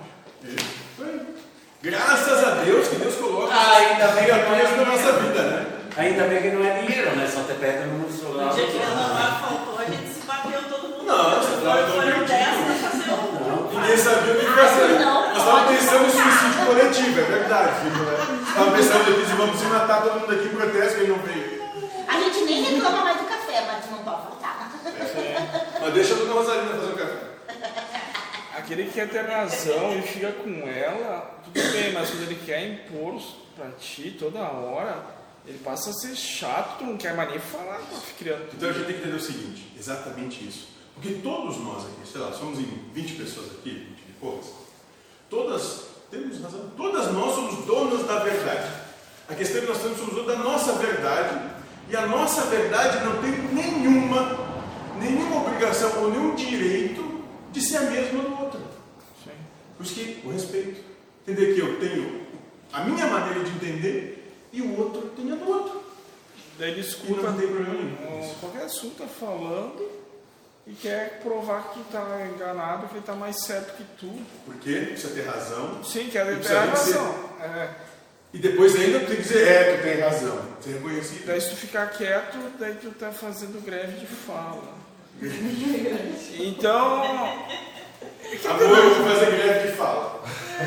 [SPEAKER 1] Graças a Deus que Deus coloca
[SPEAKER 8] Ainda bem que
[SPEAKER 1] obrigatórias na nossa vida, né?
[SPEAKER 8] Ainda bem que não é dinheiro, né? Só te pede no número celular.
[SPEAKER 6] No dia que o Lindomar faltou, a gente se bateu todo mundo.
[SPEAKER 1] Não, você tá
[SPEAKER 6] Foi um dessa pra fazer um.
[SPEAKER 1] Ninguém sabia o que fazer. Nós estávamos pensando em suicídio coletivo, é verdade, filho, né? Estávamos pensando aqui, vamos se matar todo mundo aqui em protesto que ele não veio.
[SPEAKER 6] A gente nem reclama mais do café, mas não pode faltar.
[SPEAKER 1] Mas deixa a dona Rosalina fazer o café.
[SPEAKER 2] Aquele que quer ter razão e fica com ela, tudo bem, mas quando ele quer impor pra ti toda hora, ele passa a ser chato, tu não quer mais nem falar com a criatura.
[SPEAKER 1] Então a gente tem que entender o seguinte, exatamente isso. Porque todos nós aqui, sei lá, somos em 20 pessoas aqui, 20 e poucas, todas temos razão, todas nós somos donas da verdade. A questão é que nós somos donos da nossa verdade, e a nossa verdade não tem nenhuma obrigação ou nenhum direito de ser a mesma do outro.
[SPEAKER 2] Sim.
[SPEAKER 1] Por isso que o respeito. Entender que eu tenho a minha maneira de entender e o outro tem a do outro.
[SPEAKER 2] Daí ele escuta
[SPEAKER 1] não tem problema nenhum.
[SPEAKER 2] qualquer assunto tá falando e quer provar que tá enganado, que ele tá mais certo que tu.
[SPEAKER 1] Porque precisa ter razão.
[SPEAKER 2] Sim, quer ter
[SPEAKER 1] Precisa
[SPEAKER 2] razão. É.
[SPEAKER 1] E depois ainda tem que dizer, tu tem razão. Ser reconhecido.
[SPEAKER 2] Daí se tu ficar quieto, daí tu tá fazendo greve de fala. Então...
[SPEAKER 1] Amor, eu vou fazer greve de fala.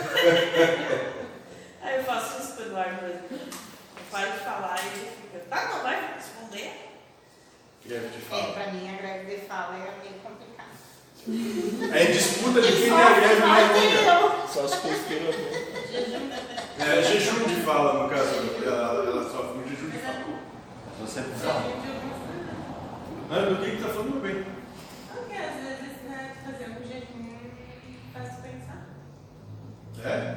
[SPEAKER 6] Aí eu faço isso com o Eduardo, por exemplo. Eu paro de falar e ele fica, tá, não vai responder?
[SPEAKER 1] Greve de fala.
[SPEAKER 6] Pra mim a greve de fala é meio complicado.
[SPEAKER 1] É disputa de quem tem a greve mais longa.
[SPEAKER 2] Só as costuras.
[SPEAKER 1] É jejum de fala, no caso. Ela sofre um jejum de fala.
[SPEAKER 7] Você fala.
[SPEAKER 1] Ana, do que está falando, meu bem?
[SPEAKER 5] Porque às vezes, né, fazer um jejum faz pensar.
[SPEAKER 1] É?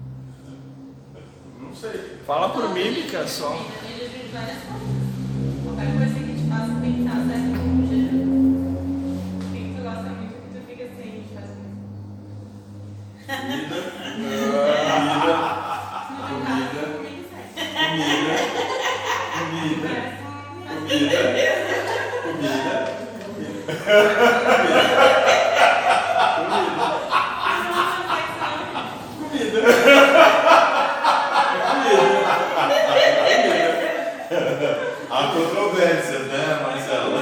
[SPEAKER 1] Não sei.
[SPEAKER 2] Fala por mímica só.
[SPEAKER 5] Tem jejum de várias coisas. Qualquer coisa que te faça pensar serve como um jejum. O que tu gosta muito que tu fica assim, te faz pensar.
[SPEAKER 3] Há controvérsia, né, Marcelo?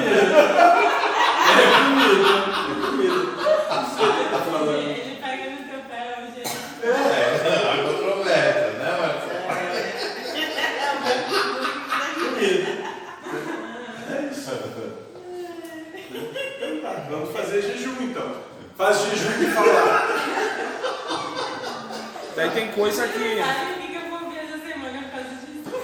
[SPEAKER 5] Ele pega no teu pé, é um jejum.
[SPEAKER 3] Há controvérsia, né, Marcelo?
[SPEAKER 1] Vamos fazer jejum então. Faz jejum de falar.
[SPEAKER 2] Daí tem coisa que...
[SPEAKER 5] Sabe o que eu vou ver essa semana por causa disso?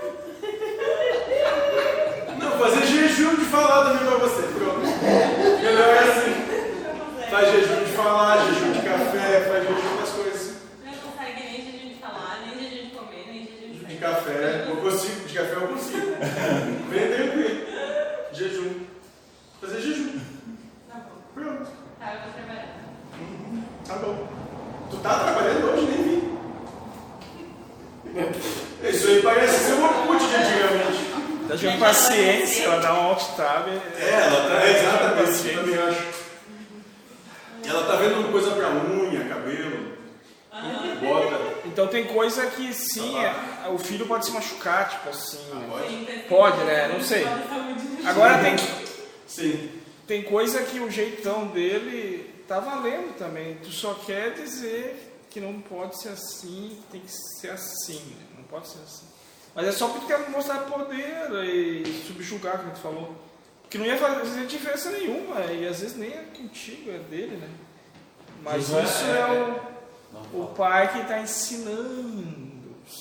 [SPEAKER 1] Não, fazer jejum de falar também pra você. Pronto. Melhor é assim. Faz jejum de falar, jejum de café, faz jejum das coisas.
[SPEAKER 5] Não consegue nem jejum de falar, nem jejum de comer, nem jejum de
[SPEAKER 1] De
[SPEAKER 5] sair.
[SPEAKER 1] café, eu consigo, de café eu consigo. Vem tranquilo. Jejum. Fazer jejum.
[SPEAKER 5] Tá bom.
[SPEAKER 1] Pronto.
[SPEAKER 5] Tá, eu vou trabalhar.
[SPEAKER 1] Tá bom. Tu tá trabalhando hoje, nem vi. Isso aí parece ser um Orkut de antigamente.
[SPEAKER 2] Tá tendo paciência, ela dá um alt tab.
[SPEAKER 1] Ela tá, exatamente, eu também acho. Ela tá vendo coisa pra unha, cabelo, bota.
[SPEAKER 2] Então tem coisa que sim, o filho pode se machucar, tipo assim.
[SPEAKER 1] Pode?
[SPEAKER 2] Pode, né? Não sei. Agora
[SPEAKER 1] Sim.
[SPEAKER 2] tem coisa que o jeitão dele tá valendo também. Tu só quer dizer que não pode ser assim, tem que ser assim, né? Não pode ser assim. Mas é só porque quer mostrar poder e subjugar, como tu falou. Porque não ia fazer diferença nenhuma, e às vezes nem é contigo, é dele, né? Mas
[SPEAKER 4] Josué,
[SPEAKER 2] isso é o pai que está ensinando.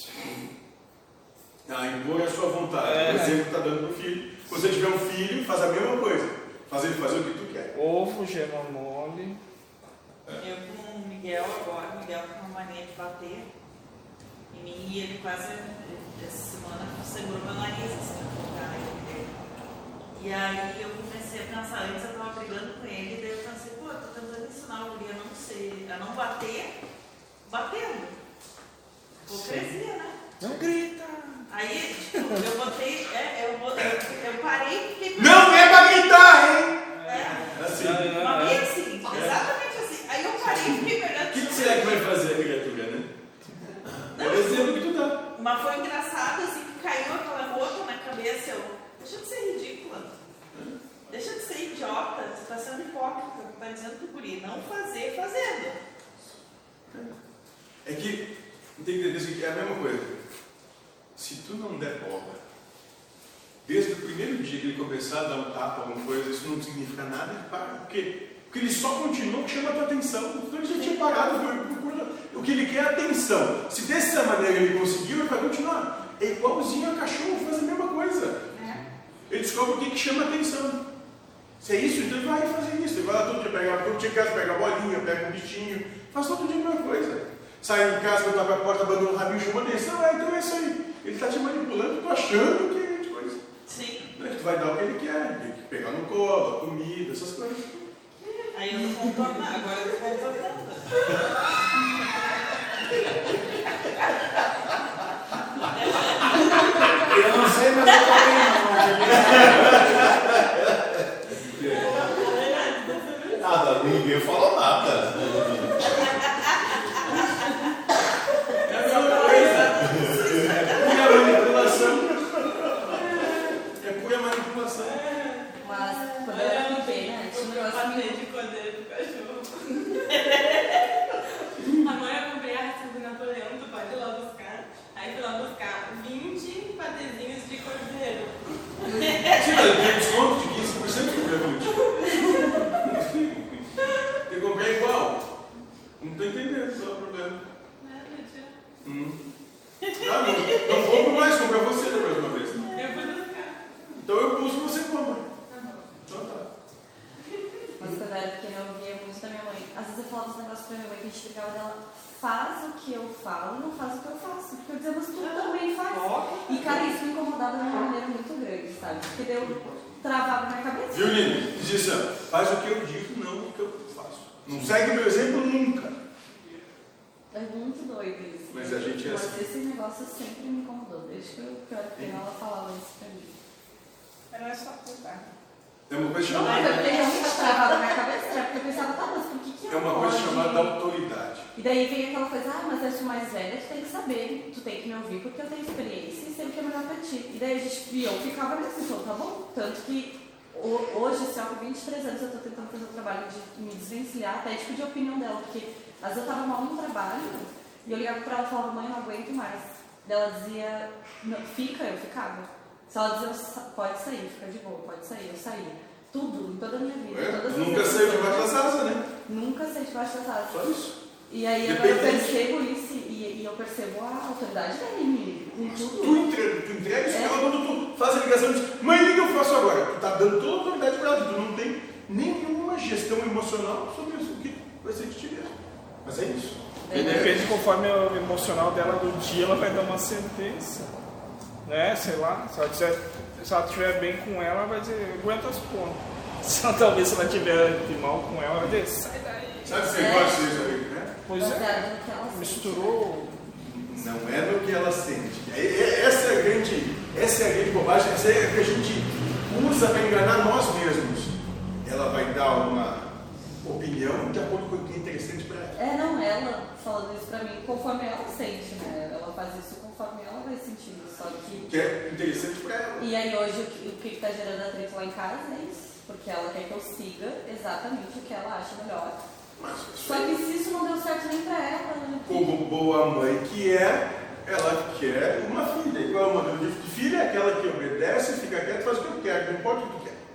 [SPEAKER 1] Impor a sua vontade. O exemplo que está dando para o filho. Se você tiver um filho, faz a mesma coisa. Faz ele fazer o que tu quer.
[SPEAKER 2] Ovo, gema mole.
[SPEAKER 9] Eu com o Miguel agora, o Miguel com uma mania de bater em mim, e ele quase, essa semana, segurou meu nariz, assim, na dele. E aí eu comecei a pensar, antes eu estava brigando com ele, e daí eu pensei, pô, eu tô tentando ensinar o guri a não bater, batendo. Hipocrisia, né?
[SPEAKER 2] Não grita!
[SPEAKER 9] Aí, tipo, eu botei, eu parei e fiquei...
[SPEAKER 1] Não é pra gritar, hein?
[SPEAKER 9] Assim. Uma vez assim, exatamente assim. Aí eu parei e fiquei pegando...
[SPEAKER 1] O que será que vai fazer a criatura, né? É o exemplo que tu dá.
[SPEAKER 9] Mas foi engraçado, assim, que caiu aquela roupa na cabeça. Deixa de ser ridícula. Deixa de ser idiota. Você está sendo hipócrita. Está dizendo pro guri não fazer, fazendo.
[SPEAKER 1] É que tem que entender que é a mesma coisa. Se tu não der bola, desde o primeiro dia que ele começar a dar um tapa, alguma coisa, isso não significa nada, ele para. Por quê? Porque ele só continua que chama a tua atenção. Então ele já tinha parado, o que ele quer é atenção. Se dessa maneira ele conseguiu, ele vai continuar. É igualzinho a cachorro, faz a mesma coisa. Ele descobre o que chama a atenção. Se é isso, então ele vai fazer isso. Ele vai lá todo dia pegar, todo dia em casa, pega a bolinha, pega um bichinho, faz todo dia a mesma coisa. Sai em casa, quando abre a porta, abandona o rabinho, chama a atenção, então é isso aí. Ele está te manipulando, tu achando que é de coisa.
[SPEAKER 9] Sim.
[SPEAKER 1] Não é que tu vai dar o que ele quer, tem que pegar no colo, a comida, essas coisas.
[SPEAKER 9] Aí eu tô contornando, agora eu tô contornando.
[SPEAKER 8] Eu não sei, mas eu tô bem.
[SPEAKER 3] Nada, ninguém falou nada.
[SPEAKER 1] É pura manipulação.
[SPEAKER 5] Mas quando eu era pequena, tinha um negócio
[SPEAKER 9] Bater de cordeiro pro cachorro.
[SPEAKER 10] A mãe eu comprei a ração do Napoleão, tu pode ir lá buscar. Aí fui lá buscar 20 patezinhos de cordeiro.
[SPEAKER 1] Sim, mas tem desconto de 15% no produto. Tem que comprar igual. Não estou entendendo qual é o problema. Não compro mais, compra você da próxima vez.
[SPEAKER 10] Eu vou buscar.
[SPEAKER 1] Então eu uso, você compra. Então tá.
[SPEAKER 5] Mas quando eu era pequena, eu ouvia muito da minha mãe. Às vezes eu falava uns negócios pra minha mãe que a gente ficava dela, faz o que eu falo, não faz o que eu faço. Porque eu dizia, mas tu também faz. E cara, isso me incomodava de uma maneira muito grande, sabe? Porque eu travava na cabeça.
[SPEAKER 1] Viu, Lino? Diz assim, faz o que eu digo, não o que eu faço. Não segue meu exemplo nunca.
[SPEAKER 5] É muito doido isso.
[SPEAKER 1] Mas a gente é
[SPEAKER 5] Mas
[SPEAKER 1] assim.
[SPEAKER 5] esse negócio sempre me incomodou. Desde que eu era pequena, ela falava isso pra mim.
[SPEAKER 9] Não é só contar.
[SPEAKER 1] É uma coisa
[SPEAKER 5] Mas
[SPEAKER 1] chamada.
[SPEAKER 5] eu nunca travava na cabeça, porque eu pensava, tá, mas por que
[SPEAKER 1] É uma coisa
[SPEAKER 5] pode?
[SPEAKER 1] chamada autoridade.
[SPEAKER 5] E daí vem aquela coisa, mas eu sou mais velha, tu tem que saber, tu tem que me ouvir porque eu tenho experiência e sei o que é melhor pra ti. E daí eu ficava nesse, então tá bom. Tanto que hoje, assim, com 23 anos, eu tô tentando fazer o trabalho de me desvencilhar, até tipo de opinião dela, porque às vezes eu tava mal no trabalho e eu ligava pra ela e falava, mãe, eu não aguento mais. Daí ela dizia, não, fica, eu ficava. Se ela dizia, pode sair, fica de boa, pode sair, eu saía. Tudo, em toda a minha vida. Todas as
[SPEAKER 1] Nunca saiu debaixo das asas, né?
[SPEAKER 5] Nunca saí debaixo das asas.
[SPEAKER 1] Só isso.
[SPEAKER 5] E aí agora eu percebo isso e eu percebo a autoridade dele em tudo.
[SPEAKER 1] Tu entrega isso pra ela quando tu faz a ligação e diz, mãe, o que eu faço agora? Tu tá dando toda a autoridade pra ela, tu não tem nenhuma gestão emocional sobre isso, o que vai ser de ti mesmo. Mas é isso.
[SPEAKER 2] E depende conforme o emocional dela do dia, ela vai dar uma sentença. Né? Sei lá, se ela estiver bem com ela, vai dizer, aguenta as pontas. Talvez se ela estiver de mal com ela, vai dizer, sai daí.
[SPEAKER 1] Sabe esse negócio disso aí, né?
[SPEAKER 2] Pois é, misturou.
[SPEAKER 1] Não é no que ela sente. Essa é a grande bobagem, essa é a que a gente usa para enganar nós mesmos. Ela vai dar uma opinião de acordo com o que é interessante para ela.
[SPEAKER 5] Ela falando isso pra mim conforme ela sente, né? Ela faz isso conforme ela vai sentindo, só que...
[SPEAKER 1] Que é interessante pra ela.
[SPEAKER 5] E aí hoje o que tá gerando atrito lá em casa é isso, porque ela quer que eu siga exatamente o que ela acha melhor.
[SPEAKER 1] Mas
[SPEAKER 5] Só que se isso não deu certo nem pra ela, né?
[SPEAKER 1] como boa mãe que é, ela quer uma filha. Igual uma modelo de filha é aquela que obedece, fica quieta, faz o que eu quero, não importa o que tu quer.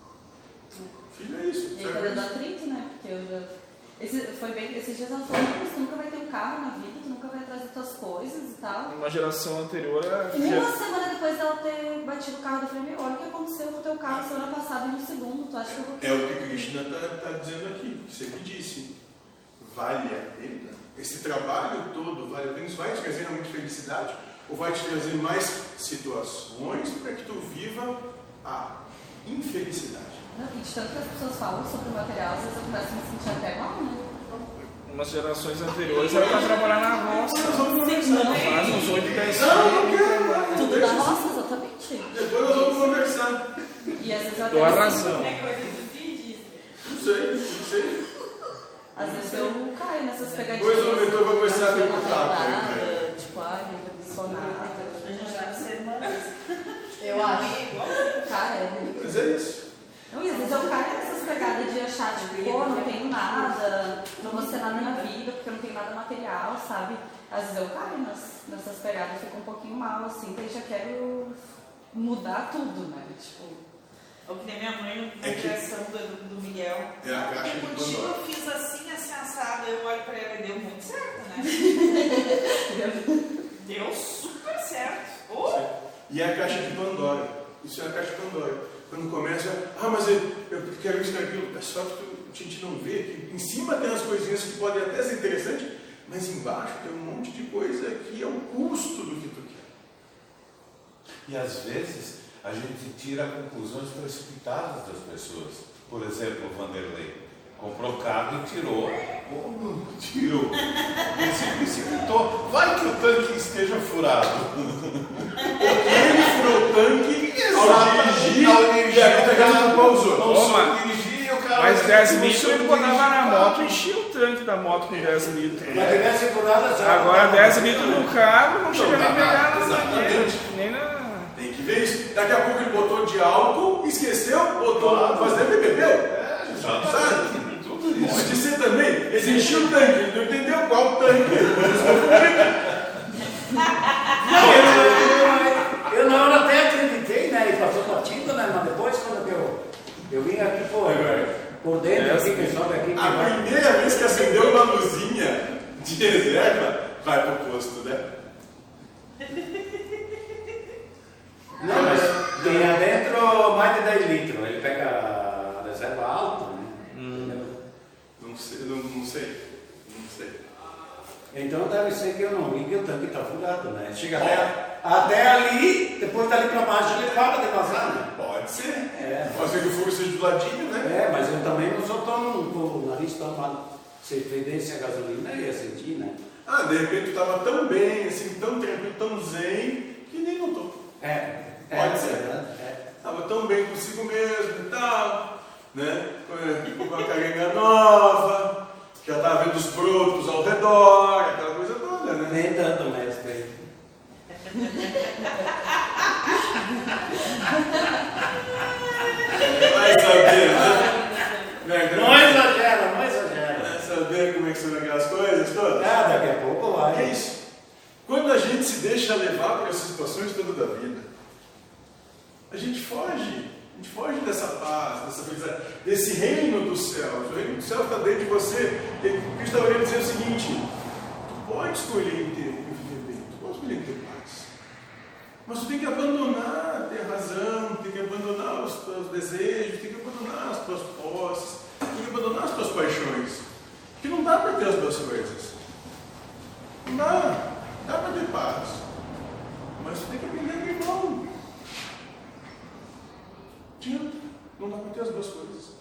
[SPEAKER 1] Filho é isso.
[SPEAKER 5] E aí tá dando atrito, né? Porque eu já... Esses dias ela falou, tu nunca vai ter um carro na vida, tu nunca vai trazer tuas coisas e tal.
[SPEAKER 2] Uma geração anterior era...
[SPEAKER 5] E uma semana depois dela ter batido o carro, eu falei, olha o que aconteceu com o teu carro semana passada e no segundo, tu acha que eu vou...
[SPEAKER 1] É o que Krishna está dizendo aqui, que sempre disse. Vale a pena? Esse trabalho todo vale a pena? Isso vai te trazer realmente felicidade? Ou vai te trazer mais situações para que tu viva a infelicidade?
[SPEAKER 5] Não, e de tanto que as pessoas falam sobre o material, às vezes eu começo a me sentir até mal, né?
[SPEAKER 2] Umas gerações anteriores era pra trabalhar na roça.
[SPEAKER 5] Não,
[SPEAKER 2] faz uns 8, 10
[SPEAKER 5] anos. Tudo da roça, exatamente.
[SPEAKER 1] Depois nós vamos conversar.
[SPEAKER 5] E às vezes eu
[SPEAKER 2] dou a razão.
[SPEAKER 10] É coisa do vídeo.
[SPEAKER 1] Não sei.
[SPEAKER 5] Às vezes eu caio nessas pegadinhas.
[SPEAKER 1] Depois o mentor vai começar a perguntar.
[SPEAKER 5] Tipo, ai, não tô nada.
[SPEAKER 9] A gente deve ser irmãs.
[SPEAKER 5] Eu acho. Cara,
[SPEAKER 1] Mas é isso.
[SPEAKER 5] não, e às vezes eu caio nessas pegadas de achar, tipo, pô, não tenho nada, não vou ser nada na vida, porque eu não tenho nada material, sabe? Às vezes eu caio nessas pegadas e fico um pouquinho mal, assim, porque eu já quero mudar tudo, né? Tipo...
[SPEAKER 9] Ou que nem minha mãe na criação do Miguel.
[SPEAKER 1] É a caixa de
[SPEAKER 9] contigo
[SPEAKER 1] Pandora.
[SPEAKER 9] eu fiz assim assado, eu olho pra ela e deu muito certo, né? Deu super certo.
[SPEAKER 1] E é a caixa de Pandora. Isso é a caixa de Pandora. Quando começa, mas eu quero isso, aquilo. É só que a gente não vê que em cima tem as coisinhas que podem até ser interessantes, mas embaixo tem um monte de coisa que é o custo do que tu quer.
[SPEAKER 4] E às vezes a gente tira conclusões precipitadas das pessoas. Por exemplo, o Vanderlei comprou carro e tirou. Como tirou? Ele se precipitou. Vai que o tanque esteja furado.
[SPEAKER 1] Ele furou o tanque ao dirigir e a gente pausou.
[SPEAKER 4] Não soube dirigir e o cara...
[SPEAKER 2] Mas 10 litros ele botava na moto e enchia o tanque da moto com 10 litros.
[SPEAKER 8] Mas tivesse furado já.
[SPEAKER 2] Agora 10 litros no carro não chega nem a pegar na
[SPEAKER 1] Exatamente.
[SPEAKER 2] banheira, nem na...
[SPEAKER 1] Tem que ver isso. Daqui a pouco ele botou de álcool, esqueceu, botou, mas deve bebeu. Sabe? Pode ser também. Ele encheu o tanque, ele não entendeu qual tanque.
[SPEAKER 8] Eu até acreditei, né? E passou batido, né? Mas depois, quando eu vim aqui, pô, por dentro, aqui, quem sobe aqui.
[SPEAKER 1] A primeira vez que acendeu uma luzinha de reserva, vai pro posto, né?
[SPEAKER 8] Não, mas tem adentro mais de 10 litros. Ele pega a reserva alta, né?
[SPEAKER 1] Não sei.
[SPEAKER 8] Então deve ser que eu não vi que o tanque está furado, né? Chega até ali, depois dali para baixo ele para de vazar, né?
[SPEAKER 1] Pode ser.
[SPEAKER 8] É.
[SPEAKER 1] Pode ser que o fogo seja do ladinho, né?
[SPEAKER 8] É, mas eu também não sou tão com o nariz tão mal. Se fedesse a gasolina, eu ia sentir, né?
[SPEAKER 1] De repente tu estava tão bem, assim, tão tranquilo, tão zen, que nem notou. Pode ser. Estava tão bem consigo mesmo e tal, né? Com a carinha nova, já estava vendo os brotos ao redor, aquela coisa toda, né?
[SPEAKER 8] Nem tanto, mestre.
[SPEAKER 1] Vai saber, né?
[SPEAKER 8] Não exagera.
[SPEAKER 1] Vai saber como é que são aquelas coisas todas?
[SPEAKER 8] Daqui a pouco vai.
[SPEAKER 1] É isso. Quando a gente se deixa levar por essas situações toda da vida, a gente foge dessa paz, dessa felicidade, desse reino dos céus. O reino dos céus está dentro de você. Cristo estava querendo dizer o seguinte: tu pode escolher viver bem, tu pode escolher ter paz, mas tu tem que abandonar ter razão, tem que abandonar os teus desejos, tem que abandonar as tuas posses, tem que abandonar as tuas paixões, porque não dá para ter as duas coisas. Não dá para ter paz, mas tu tem que aprender a abrir mão. Não dá para ter as duas coisas.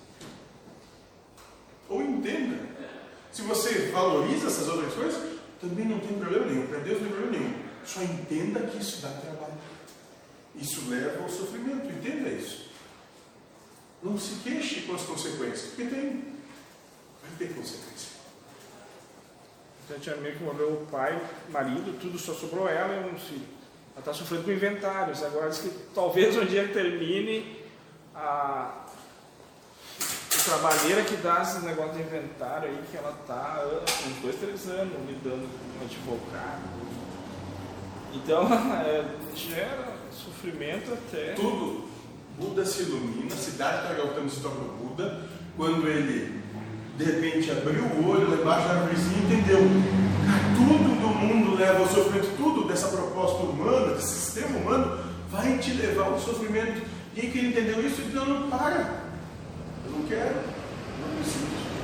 [SPEAKER 1] Ou entenda, se você valoriza essas outras coisas, também não tem problema nenhum. Para Deus não tem problema nenhum. Só entenda que isso dá trabalho. Isso leva ao sofrimento. Entenda isso. Não se queixe com as consequências, porque vai ter consequência.
[SPEAKER 2] Então, tinha amigo que morreu o pai, marido, tudo, só sobrou ela e um filho. Ela está sofrendo com inventários. Agora diz que talvez um dia termine a trabalheira que dá esse negócio de inventário aí, que ela está uns 2, 3 anos lidando com um advogado. Então, gera sofrimento até.
[SPEAKER 1] Tudo. Buda se ilumina, Siddhartha Gautama se torna Buda quando ele, de repente, abriu o olho lá embaixo da árvorezinha e entendeu. Tudo do mundo leva ao sofrimento, tudo dessa proposta humana, desse sistema humano, vai te levar ao sofrimento. E aí que ele entendeu isso, então não para. Eu não quero, não preciso.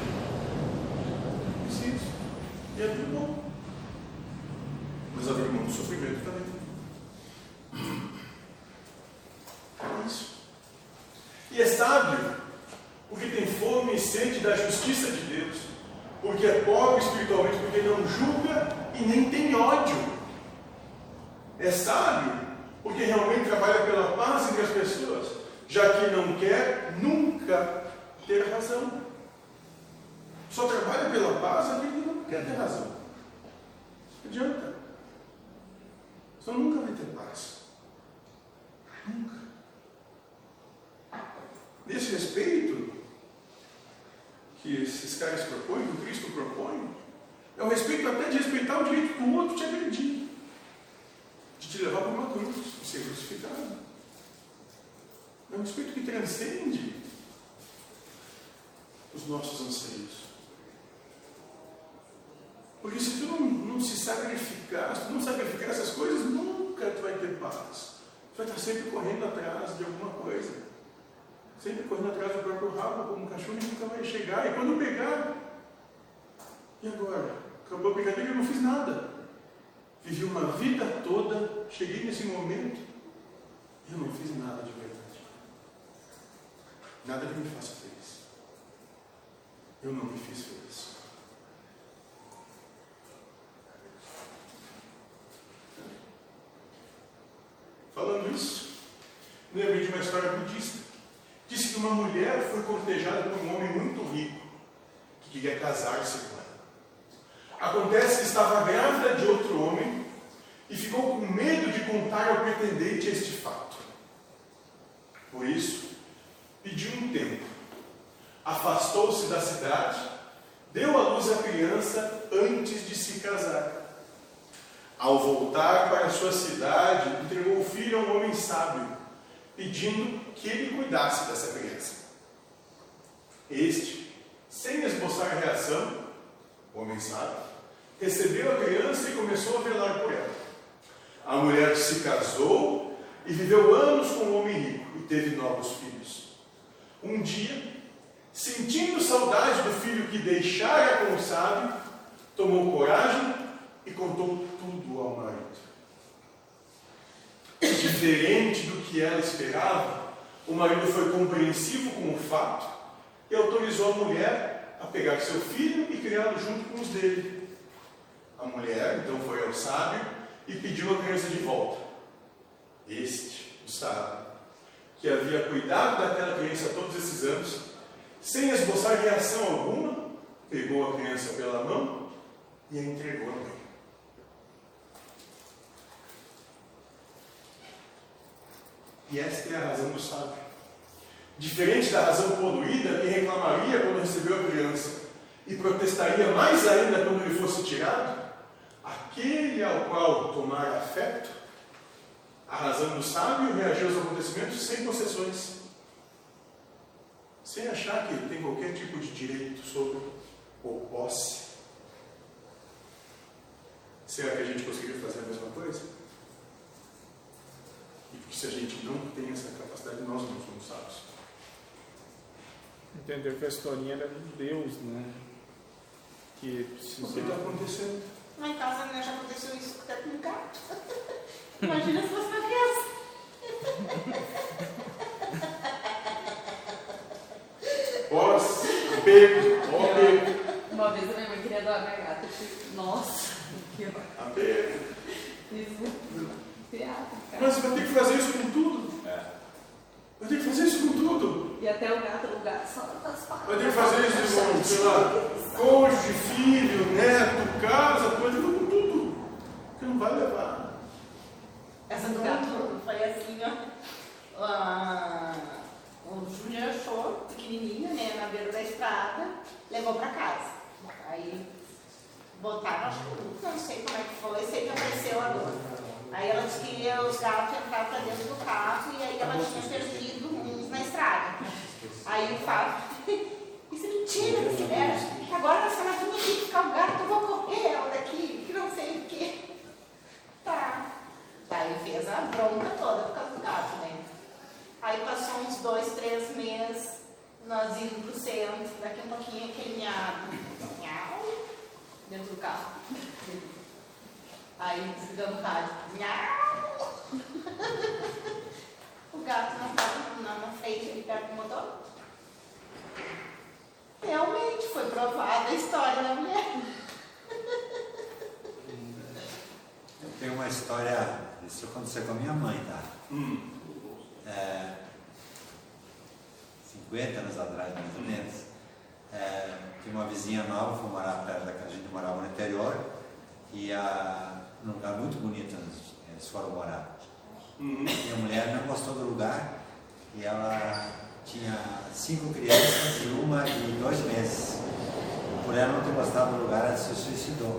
[SPEAKER 1] Não preciso. E abriu mão. Mas abriu mão do sofrimento também. É isso. E é sábio, porque tem fome e sede da justiça de Deus, porque é pobre espiritualmente, porque não julga e nem tem ódio. É sábio, porque realmente trabalha pela paz entre as pessoas, já que não quer nunca ter razão. Só trabalha pela paz aquele que não quer ter razão. Não adianta. Você nunca vai ter paz. Nunca. Nesse respeito que esses caras propõem, que o Cristo propõe, é o respeito até de respeitar o direito do outro te agredir, de te levar para uma cruz, de ser crucificado. É um respeito que transcende os nossos anseios. Porque se tu não se sacrificar, se tu não sacrificar essas coisas, nunca tu vai ter paz. Tu vai estar sempre correndo atrás de alguma coisa. Sempre correndo atrás do próprio rabo, como um cachorro, e nunca vai chegar. E quando pegar, e agora? Acabou a brincadeira, eu não fiz nada. Vivi uma vida toda, cheguei nesse momento, e eu não fiz nada de verdade. Nada que me faça feliz. Eu não me fiz feliz. Falando isso, lembrei de uma história budista. Disse que uma mulher foi cortejada por um homem muito rico, que queria casar-se com ela. Acontece que estava grávida de outro homem e ficou com medo de contar ao pretendente este fato. Por isso, pediu um tempo, afastou-se da cidade, deu à luz a criança antes de se casar. Ao voltar para sua cidade, entregou o filho a um homem sábio, pedindo que ele cuidasse dessa criança. Este, sem esboçar reação, o homem sábio, recebeu a criança e começou a velar por ela. A mulher se casou e viveu anos com o homem rico e teve novos filhos. Um dia, sentindo saudade do filho que deixara com o sábio, tomou coragem e contou tudo ao marido. Diferente do que ela esperava, o marido foi compreensivo com o fato e autorizou a mulher a pegar seu filho e criá-lo junto com os dele. A mulher então foi ao sábio e pediu a criança de volta. Este, o sábio, que havia cuidado daquela criança todos esses anos, sem esboçar reação alguma, pegou a criança pela mão e a entregou à mãe. E esta é a razão do sábio. Diferente da razão poluída que reclamaria quando recebeu a criança e protestaria mais ainda quando ele fosse tirado, aquele ao qual tomar afeto, a razão do sábio reagiu aos acontecimentos sem possessões, sem achar que ele tem qualquer tipo de direito sobre ou posse. Será que a gente conseguiria fazer a mesma coisa? E porque se a gente não tem essa capacidade, nós não somos sábios.
[SPEAKER 2] Entendeu que a historinha era de Deus, né? Que precisa...
[SPEAKER 1] O que está acontecendo?
[SPEAKER 6] Lá em casa já aconteceu isso até com o gato. Imagina se fosse uma criança.
[SPEAKER 1] Apego.
[SPEAKER 5] Uma vez a minha mãe queria doar minha gata. Nossa, que horror.
[SPEAKER 1] Apego.
[SPEAKER 5] Isso. Piada, cara.
[SPEAKER 1] Mas você vai ter que fazer isso com tudo. Vai ter que fazer isso com tudo.
[SPEAKER 5] E até o gato só faz parte.
[SPEAKER 1] Vai ter que fazer isso com, sei lá, cônjuge, filho, neto, casa, coisa, com tudo. Que não vai levar.
[SPEAKER 6] Essa do gato foi assim, ó. O Júnior achou, pequenininho, né, na beira da estrada, levou pra casa. Aí botaram, acho que não sei como é que foi, sei que apareceu a dona. Aí ela disse que os gatos entraram pra dentro do carro e aí ela tinha perdido uns na estrada. Aí o Fábio, isso é mentira, mulher. Agora a senhora tem que ficar o gato, eu vou correr ela daqui, que não sei o quê. Tá. Aí fez a bronca toda por causa do gato, né? Aí passou uns 2, 3 meses, nós indo pro centro, daqui um pouquinho aquele miado, dentro do carro. Aí desligando o rádio, o gato não estava na frente, ali perto do motor. Realmente foi provada a história da mulher.
[SPEAKER 7] Eu tenho uma história, isso aconteceu com a minha mãe, tá? 50 anos atrás, mais ou menos. Tinha uma vizinha nova, foi morar perto da casa, a gente morava no interior, e num lugar muito bonito eles foram morar. E a mulher não gostou do lugar, e ela tinha 5 crianças e uma de 2 meses. Por ela não ter gostado do lugar, ela se suicidou.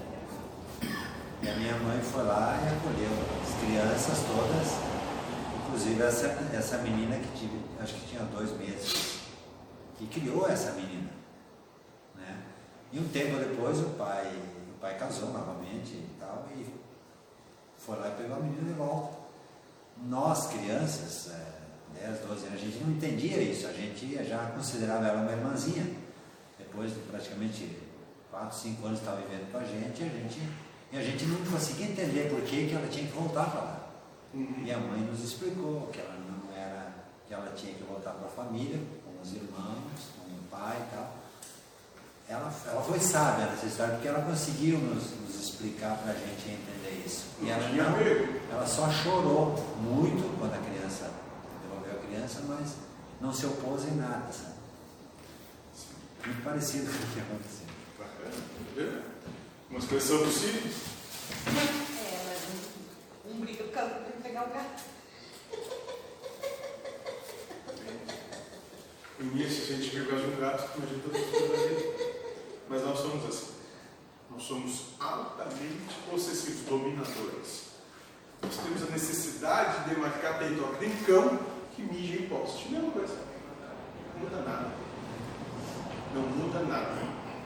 [SPEAKER 7] E a minha mãe foi lá e acolheu as crianças todas, inclusive essa menina que acho que tinha 2 meses, e criou essa menina, né? E um tempo depois o pai casou novamente e tal, e foi lá e pegou a menina de volta. Nós crianças, 10, 12 anos, a gente não entendia isso, a gente já considerava ela uma irmãzinha. Depois de praticamente 4, 5 anos estava vivendo com a gente, e a gente não conseguia entender por que ela tinha que voltar para lá. E a mãe nos explicou que ela não era, que ela tinha que voltar para a família, com os irmãos, com o pai e tal. Ela foi sábia nessa história, porque ela conseguiu nos explicar para a gente entender isso. E ela só chorou muito quando a criança devolveu a criança, mas não se opôs em nada, sabe? Muito parecido com o que aconteceu.
[SPEAKER 1] Bacana, umas coisas são possíveis.
[SPEAKER 6] Mas um briga por causa de pegar o gato.
[SPEAKER 1] No início, a gente viu por causa de um gato, imagina toda a vida da vida. Mas nós somos assim. Nós somos altamente possessivos, dominadores. Nós temos a necessidade de demarcar território. Tem cão que mija em poste. Mesma coisa. Não muda nada. Não muda nada.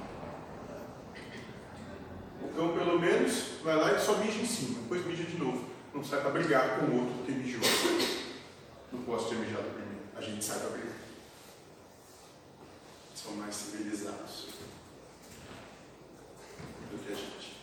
[SPEAKER 1] O cão, pelo menos, vai lá e só mija em cima. Depois mija de novo. Não sai para brigar com o outro que mijou. Não posso ter mijado primeiro. A gente sai para brigar. São mais civilizados do que a gente.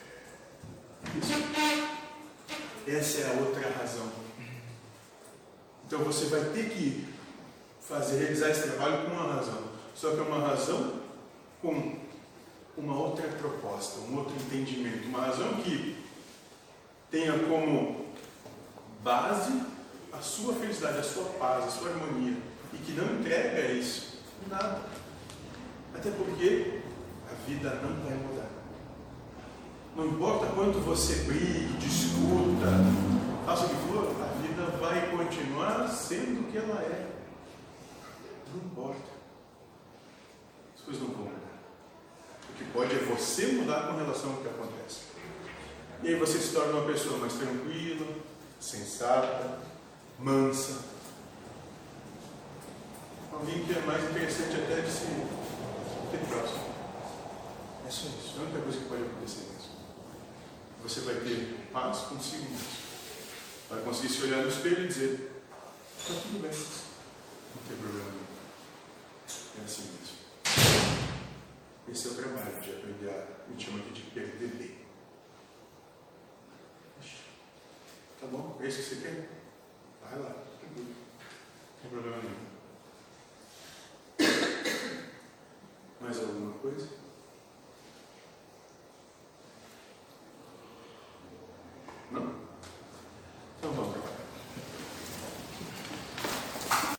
[SPEAKER 1] Isso. Essa é a outra razão. Então você vai ter que realizar esse trabalho com uma razão. Só que é uma razão com uma outra proposta, um outro entendimento. Uma razão que tenha como base a sua felicidade, a sua paz, a sua harmonia. E que não entrega isso. Nada. Até porque a vida não vai mudar. Não importa quanto você brigue, discuta, faça o que for, a vida vai continuar sendo o que ela é. Não importa. As coisas não vão mudar. O que pode é você mudar com relação ao que acontece. E aí você se torna uma pessoa mais tranquila, sensata, mansa. Alguém que é mais interessante até de se ter próximo. É só isso. É a única coisa que pode acontecer mesmo. Você vai ter paz consigo mesmo. Vai conseguir se olhar no espelho e dizer: está tudo bem. Não tem problema nenhum. É assim mesmo. Esse é o trabalho de aprender a me chama aqui de perder. Tá bom? É isso que você quer? Vai lá. Não tem problema nenhum. Mais alguma coisa?